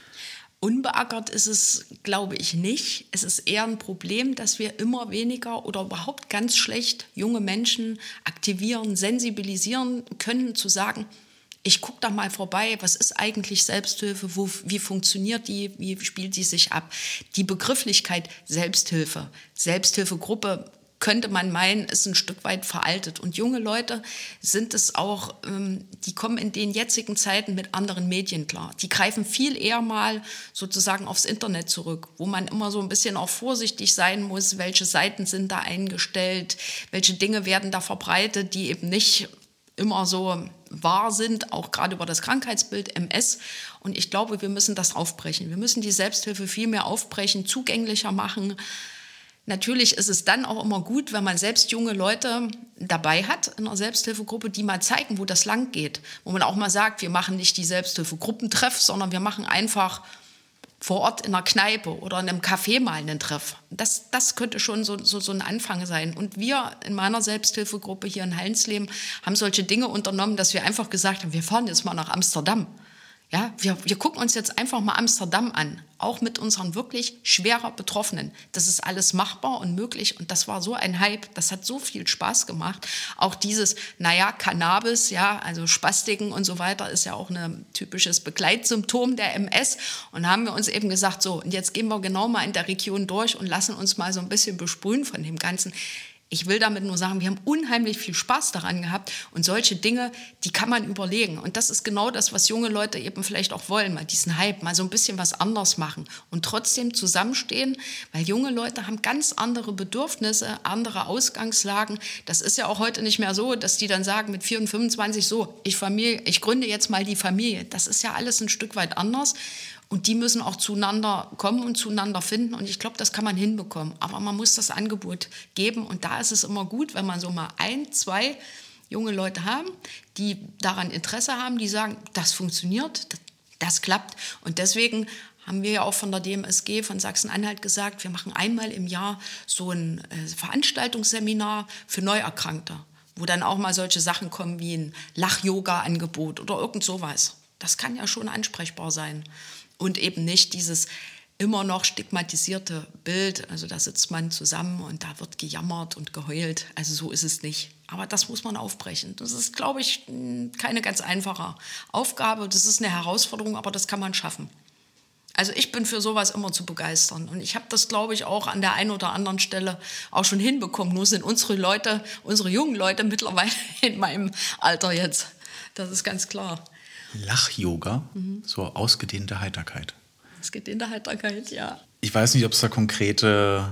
Unbeackert ist es, glaube ich, nicht. Es ist eher ein Problem, dass wir immer weniger oder überhaupt ganz schlecht junge Menschen aktivieren, sensibilisieren können, zu sagen, ich gucke da mal vorbei, was ist eigentlich Selbsthilfe, wie funktioniert die, wie spielt die sich ab? Die Begrifflichkeit Selbsthilfe, Selbsthilfegruppe, könnte man meinen, ist ein Stück weit veraltet. Und junge Leute sind es auch, die kommen in den jetzigen Zeiten mit anderen Medien klar. Die greifen viel eher mal sozusagen aufs Internet zurück, wo man immer so ein bisschen auch vorsichtig sein muss, welche Seiten sind da eingestellt, welche Dinge werden da verbreitet, die eben nicht immer so wahr sind, auch gerade über das Krankheitsbild MS. Und ich glaube, wir müssen das aufbrechen. Wir müssen die Selbsthilfe viel mehr aufbrechen, zugänglicher machen. Natürlich ist es dann auch immer gut, wenn man selbst junge Leute dabei hat in einer Selbsthilfegruppe, die mal zeigen, wo das lang geht. Wo man auch mal sagt, wir machen nicht die Selbsthilfegruppentreff, sondern wir machen einfach vor Ort in einer Kneipe oder in einem Café mal einen Treff. Das könnte schon so ein Anfang sein. Und wir in meiner Selbsthilfegruppe hier in Hallensleben haben solche Dinge unternommen, dass wir einfach gesagt haben, wir fahren jetzt mal nach Amsterdam. Ja, wir gucken uns jetzt einfach mal Amsterdam an, auch mit unseren wirklich schwerer Betroffenen. Das ist alles machbar und möglich und das war so ein Hype, das hat so viel Spaß gemacht. Auch dieses, Cannabis, also Spastiken und so weiter, ist ja auch ein typisches Begleitsymptom der MS. Und da haben wir uns eben gesagt, so, und jetzt gehen wir genau mal in der Region durch und lassen uns mal so ein bisschen besprühen von dem Ganzen. Ich will damit nur sagen, wir haben unheimlich viel Spaß daran gehabt und solche Dinge, die kann man überlegen. Und das ist genau das, was junge Leute eben vielleicht auch wollen, mal diesen Hype, mal so ein bisschen was anders machen und trotzdem zusammenstehen, weil junge Leute haben ganz andere Bedürfnisse, andere Ausgangslagen. Das ist ja auch heute nicht mehr so, dass die dann sagen mit 4 und 25 so, ich gründe jetzt mal die Familie. Das ist ja alles ein Stück weit anders. Und die müssen auch zueinander kommen und zueinander finden. Und ich glaube, das kann man hinbekommen. Aber man muss das Angebot geben. Und da ist es immer gut, wenn man so mal 1, 2 junge Leute haben, die daran Interesse haben, die sagen, das funktioniert, das klappt. Und deswegen haben wir ja auch von der DMSG von Sachsen-Anhalt gesagt, wir machen einmal im Jahr so ein Veranstaltungsseminar für Neuerkrankte, wo dann auch mal solche Sachen kommen wie ein Lach-Yoga-Angebot oder irgend sowas. Das kann ja schon ansprechbar sein. Und eben nicht dieses immer noch stigmatisierte Bild, also da sitzt man zusammen und da wird gejammert und geheult. Also so ist es nicht. Aber das muss man aufbrechen. Das ist, glaube ich, keine ganz einfache Aufgabe. Das ist eine Herausforderung, aber das kann man schaffen. Also ich bin für sowas immer zu begeistern. Und ich habe das, glaube ich, auch an der einen oder anderen Stelle auch schon hinbekommen. Nur sind unsere jungen Leute mittlerweile in meinem Alter jetzt. Das ist ganz klar. Lach-Yoga, so ausgedehnte Heiterkeit. Ausgedehnte Heiterkeit, ja. Ich weiß nicht, ob es da konkrete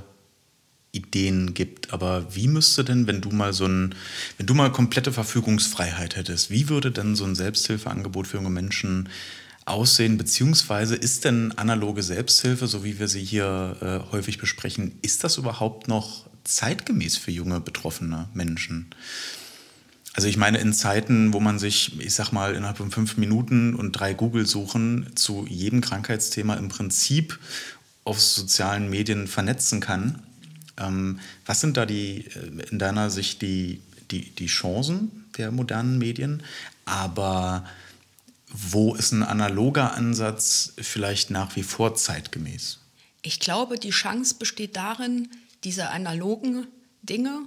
Ideen gibt, aber wie müsste denn, wenn du mal komplette Verfügungsfreiheit hättest, wie würde denn so ein Selbsthilfeangebot für junge Menschen aussehen, beziehungsweise ist denn analoge Selbsthilfe, so wie wir sie hier häufig besprechen, ist das überhaupt noch zeitgemäß für junge betroffene Menschen? Also ich meine, in Zeiten, wo man sich, ich sag mal, innerhalb von 5 Minuten und 3 Google-Suchen zu jedem Krankheitsthema im Prinzip auf sozialen Medien vernetzen kann, was sind da in deiner Sicht die Chancen der modernen Medien? Aber wo ist ein analoger Ansatz vielleicht nach wie vor zeitgemäß? Ich glaube, die Chance besteht darin, diese analogen Dinge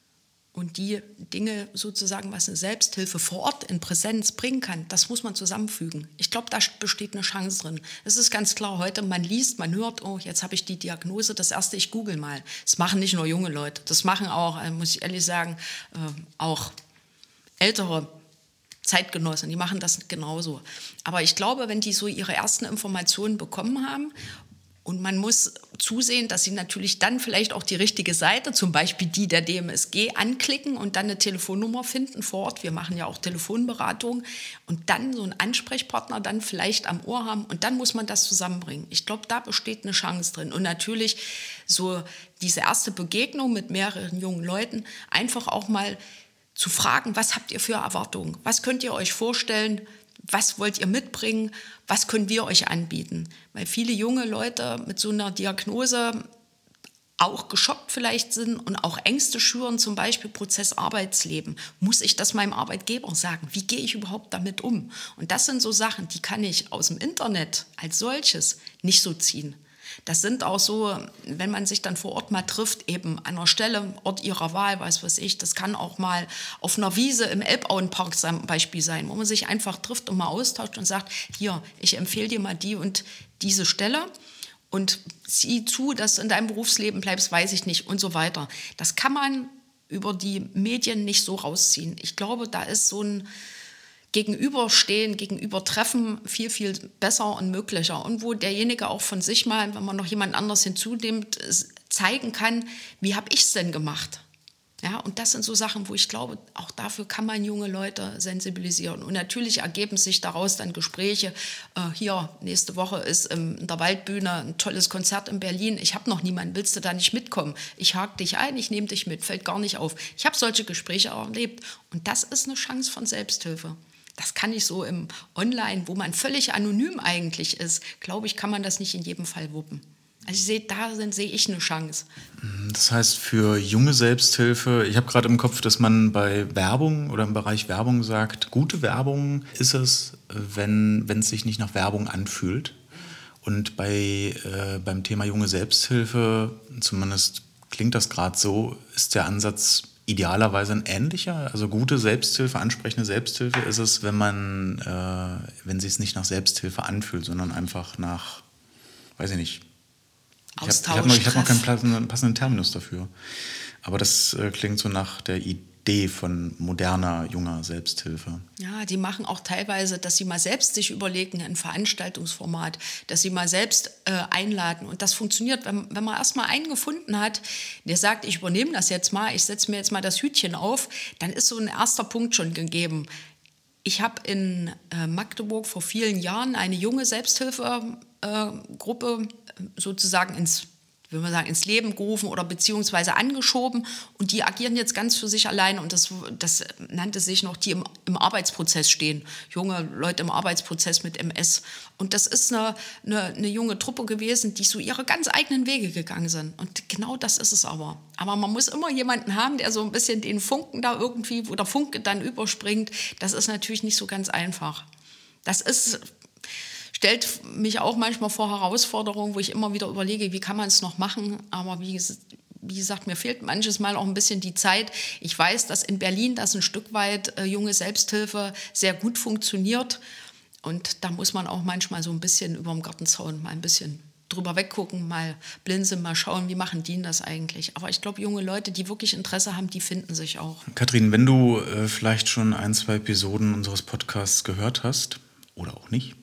und die Dinge sozusagen, was eine Selbsthilfe vor Ort in Präsenz bringen kann, das muss man zusammenfügen. Ich glaube, da besteht eine Chance drin. Es ist ganz klar heute, man liest, man hört, oh, jetzt habe ich die Diagnose, das erste, ich google mal. Das machen nicht nur junge Leute, das machen auch, muss ich ehrlich sagen, auch ältere Zeitgenossen, die machen das genauso. Aber ich glaube, wenn die so ihre ersten Informationen bekommen haben, und man muss zusehen, dass sie natürlich dann vielleicht auch die richtige Seite, zum Beispiel die der DMSG, anklicken und dann eine Telefonnummer finden vor Ort. Wir machen ja auch Telefonberatung und dann so einen Ansprechpartner dann vielleicht am Ohr haben und dann muss man das zusammenbringen. Ich glaube, da besteht eine Chance drin. Und natürlich so diese erste Begegnung mit mehreren jungen Leuten, einfach auch mal zu fragen, was habt ihr für Erwartungen? Was könnt ihr euch vorstellen? Was wollt ihr mitbringen? Was können wir euch anbieten? Weil viele junge Leute mit so einer Diagnose auch geschockt vielleicht sind und auch Ängste schüren, zum Beispiel Prozess Arbeitsleben. Muss ich das meinem Arbeitgeber sagen? Wie gehe ich überhaupt damit um? Und das sind so Sachen, die kann ich aus dem Internet als solches nicht so ziehen. Das sind auch so, wenn man sich dann vor Ort mal trifft, eben an einer Stelle, Ort ihrer Wahl, weiß ich, das kann auch mal auf einer Wiese im Elbauenpark zum Beispiel sein, wo man sich einfach trifft und mal austauscht und sagt, hier, ich empfehle dir mal die und diese Stelle und sieh zu, dass du in deinem Berufsleben bleibst, weiß ich nicht und so weiter. Das kann man über die Medien nicht so rausziehen. Ich glaube, da ist so ein Gegenüberstehen, Gegenübertreffen viel, viel besser und möglicher. Und wo derjenige auch von sich mal, wenn man noch jemand anderes hinzunimmt, zeigen kann, wie habe ich es denn gemacht? Ja, und das sind so Sachen, wo ich glaube, auch dafür kann man junge Leute sensibilisieren. Und natürlich ergeben sich daraus dann Gespräche. Hier, nächste Woche ist in der Waldbühne ein tolles Konzert in Berlin. Ich habe noch niemanden, willst du da nicht mitkommen? Ich hake dich ein, ich nehme dich mit, fällt gar nicht auf. Ich habe solche Gespräche erlebt. Und das ist eine Chance von Selbsthilfe. Das kann ich so im Online, wo man völlig anonym eigentlich ist, glaube ich, kann man das nicht in jedem Fall wuppen. Also sehe ich eine Chance. Das heißt, für junge Selbsthilfe, ich habe gerade im Kopf, dass man bei Werbung oder im Bereich Werbung sagt, gute Werbung ist es, wenn es sich nicht nach Werbung anfühlt. Und beim Thema junge Selbsthilfe, zumindest klingt das gerade so, ist der Ansatz idealerweise ein ähnlicher. Also gute Selbsthilfe, ansprechende Selbsthilfe ist es, wenn sie es nicht nach Selbsthilfe anfühlt, sondern einfach nach, weiß ich nicht. Ich hab noch keinen passenden Terminus dafür. Aber das klingt so nach der Idee von moderner, junger Selbsthilfe. Ja, die machen auch teilweise, dass sie mal selbst sich überlegen, ein Veranstaltungsformat, dass sie mal selbst einladen. Und das funktioniert, wenn man erst mal einen gefunden hat, der sagt, ich übernehme das jetzt mal, ich setze mir jetzt mal das Hütchen auf, dann ist so ein erster Punkt schon gegeben. Ich habe in Magdeburg vor vielen Jahren eine junge Selbsthilfegruppe sozusagen ins Leben gerufen oder beziehungsweise angeschoben und die agieren jetzt ganz für sich alleine und das nannte sich noch, die im Arbeitsprozess stehen, junge Leute im Arbeitsprozess mit MS und das ist eine junge Truppe gewesen, die so ihre ganz eigenen Wege gegangen sind und genau das ist es aber man muss immer jemanden haben, der so ein bisschen den Funken da irgendwie, wo der Funke dann überspringt, das ist natürlich nicht so ganz einfach. Stellt mich auch manchmal vor Herausforderungen, wo ich immer wieder überlege, wie kann man es noch machen. Aber wie gesagt, mir fehlt manches Mal auch ein bisschen die Zeit. Ich weiß, dass in Berlin das ein Stück weit junge Selbsthilfe sehr gut funktioniert. Und da muss man auch manchmal so ein bisschen über dem Gartenzaun mal ein bisschen drüber weggucken, mal blinzeln, mal schauen, wie machen die das eigentlich. Aber ich glaube, junge Leute, die wirklich Interesse haben, die finden sich auch. Katrin, wenn du vielleicht schon 1-2 Episoden unseres Podcasts gehört hast, oder auch nicht,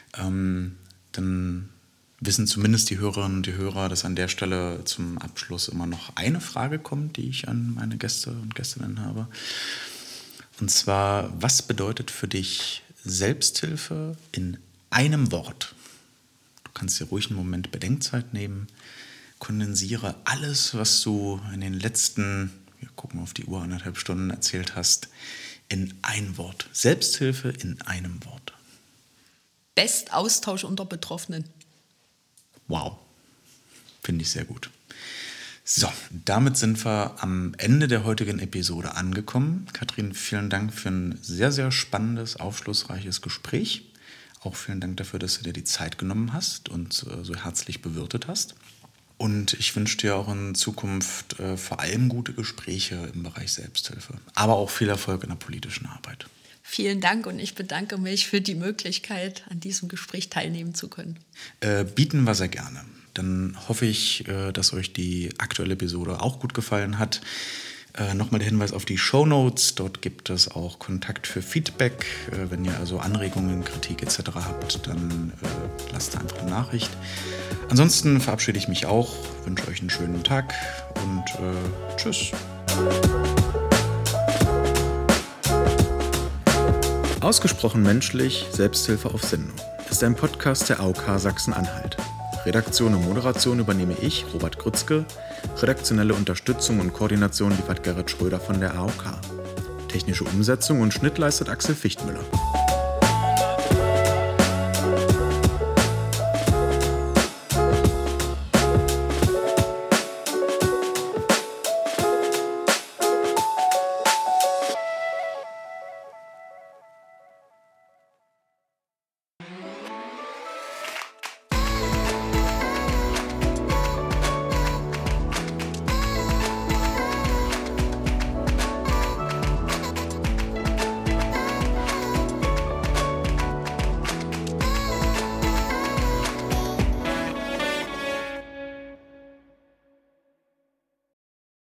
dann wissen zumindest die Hörerinnen und die Hörer, dass an der Stelle zum Abschluss immer noch eine Frage kommt, die ich an meine Gäste und Gästinnen habe. Und zwar, was bedeutet für dich Selbsthilfe in einem Wort? Du kannst dir ruhig einen Moment Bedenkzeit nehmen, kondensiere alles, was du in den letzten, wir gucken auf die Uhr, 1,5 Stunden erzählt hast, in ein Wort. Selbsthilfe in einem Wort. Bestaustausch unter Betroffenen. Wow, finde ich sehr gut. So, damit sind wir am Ende der heutigen Episode angekommen. Katrin, vielen Dank für ein sehr, sehr spannendes, aufschlussreiches Gespräch. Auch vielen Dank dafür, dass du dir die Zeit genommen hast und so herzlich bewirtet hast. Und ich wünsche dir auch in Zukunft vor allem gute Gespräche im Bereich Selbsthilfe, aber auch viel Erfolg in der politischen Arbeit. Vielen Dank und ich bedanke mich für die Möglichkeit, an diesem Gespräch teilnehmen zu können. Bieten wir sehr gerne. Dann hoffe ich, dass euch die aktuelle Episode auch gut gefallen hat. Nochmal der Hinweis auf die Shownotes. Dort gibt es auch Kontakt für Feedback. Wenn ihr also Anregungen, Kritik etc. habt, dann lasst einfach eine Nachricht. Ansonsten verabschiede ich mich auch, wünsche euch einen schönen Tag und tschüss. Ausgesprochen menschlich, Selbsthilfe auf Sendung ist ein Podcast der AOK Sachsen-Anhalt. Redaktion und Moderation übernehme ich, Robert Grützke. Redaktionelle Unterstützung und Koordination liefert Gerrit Schröder von der AOK. Technische Umsetzung und Schnitt leistet Axel Fichtmüller.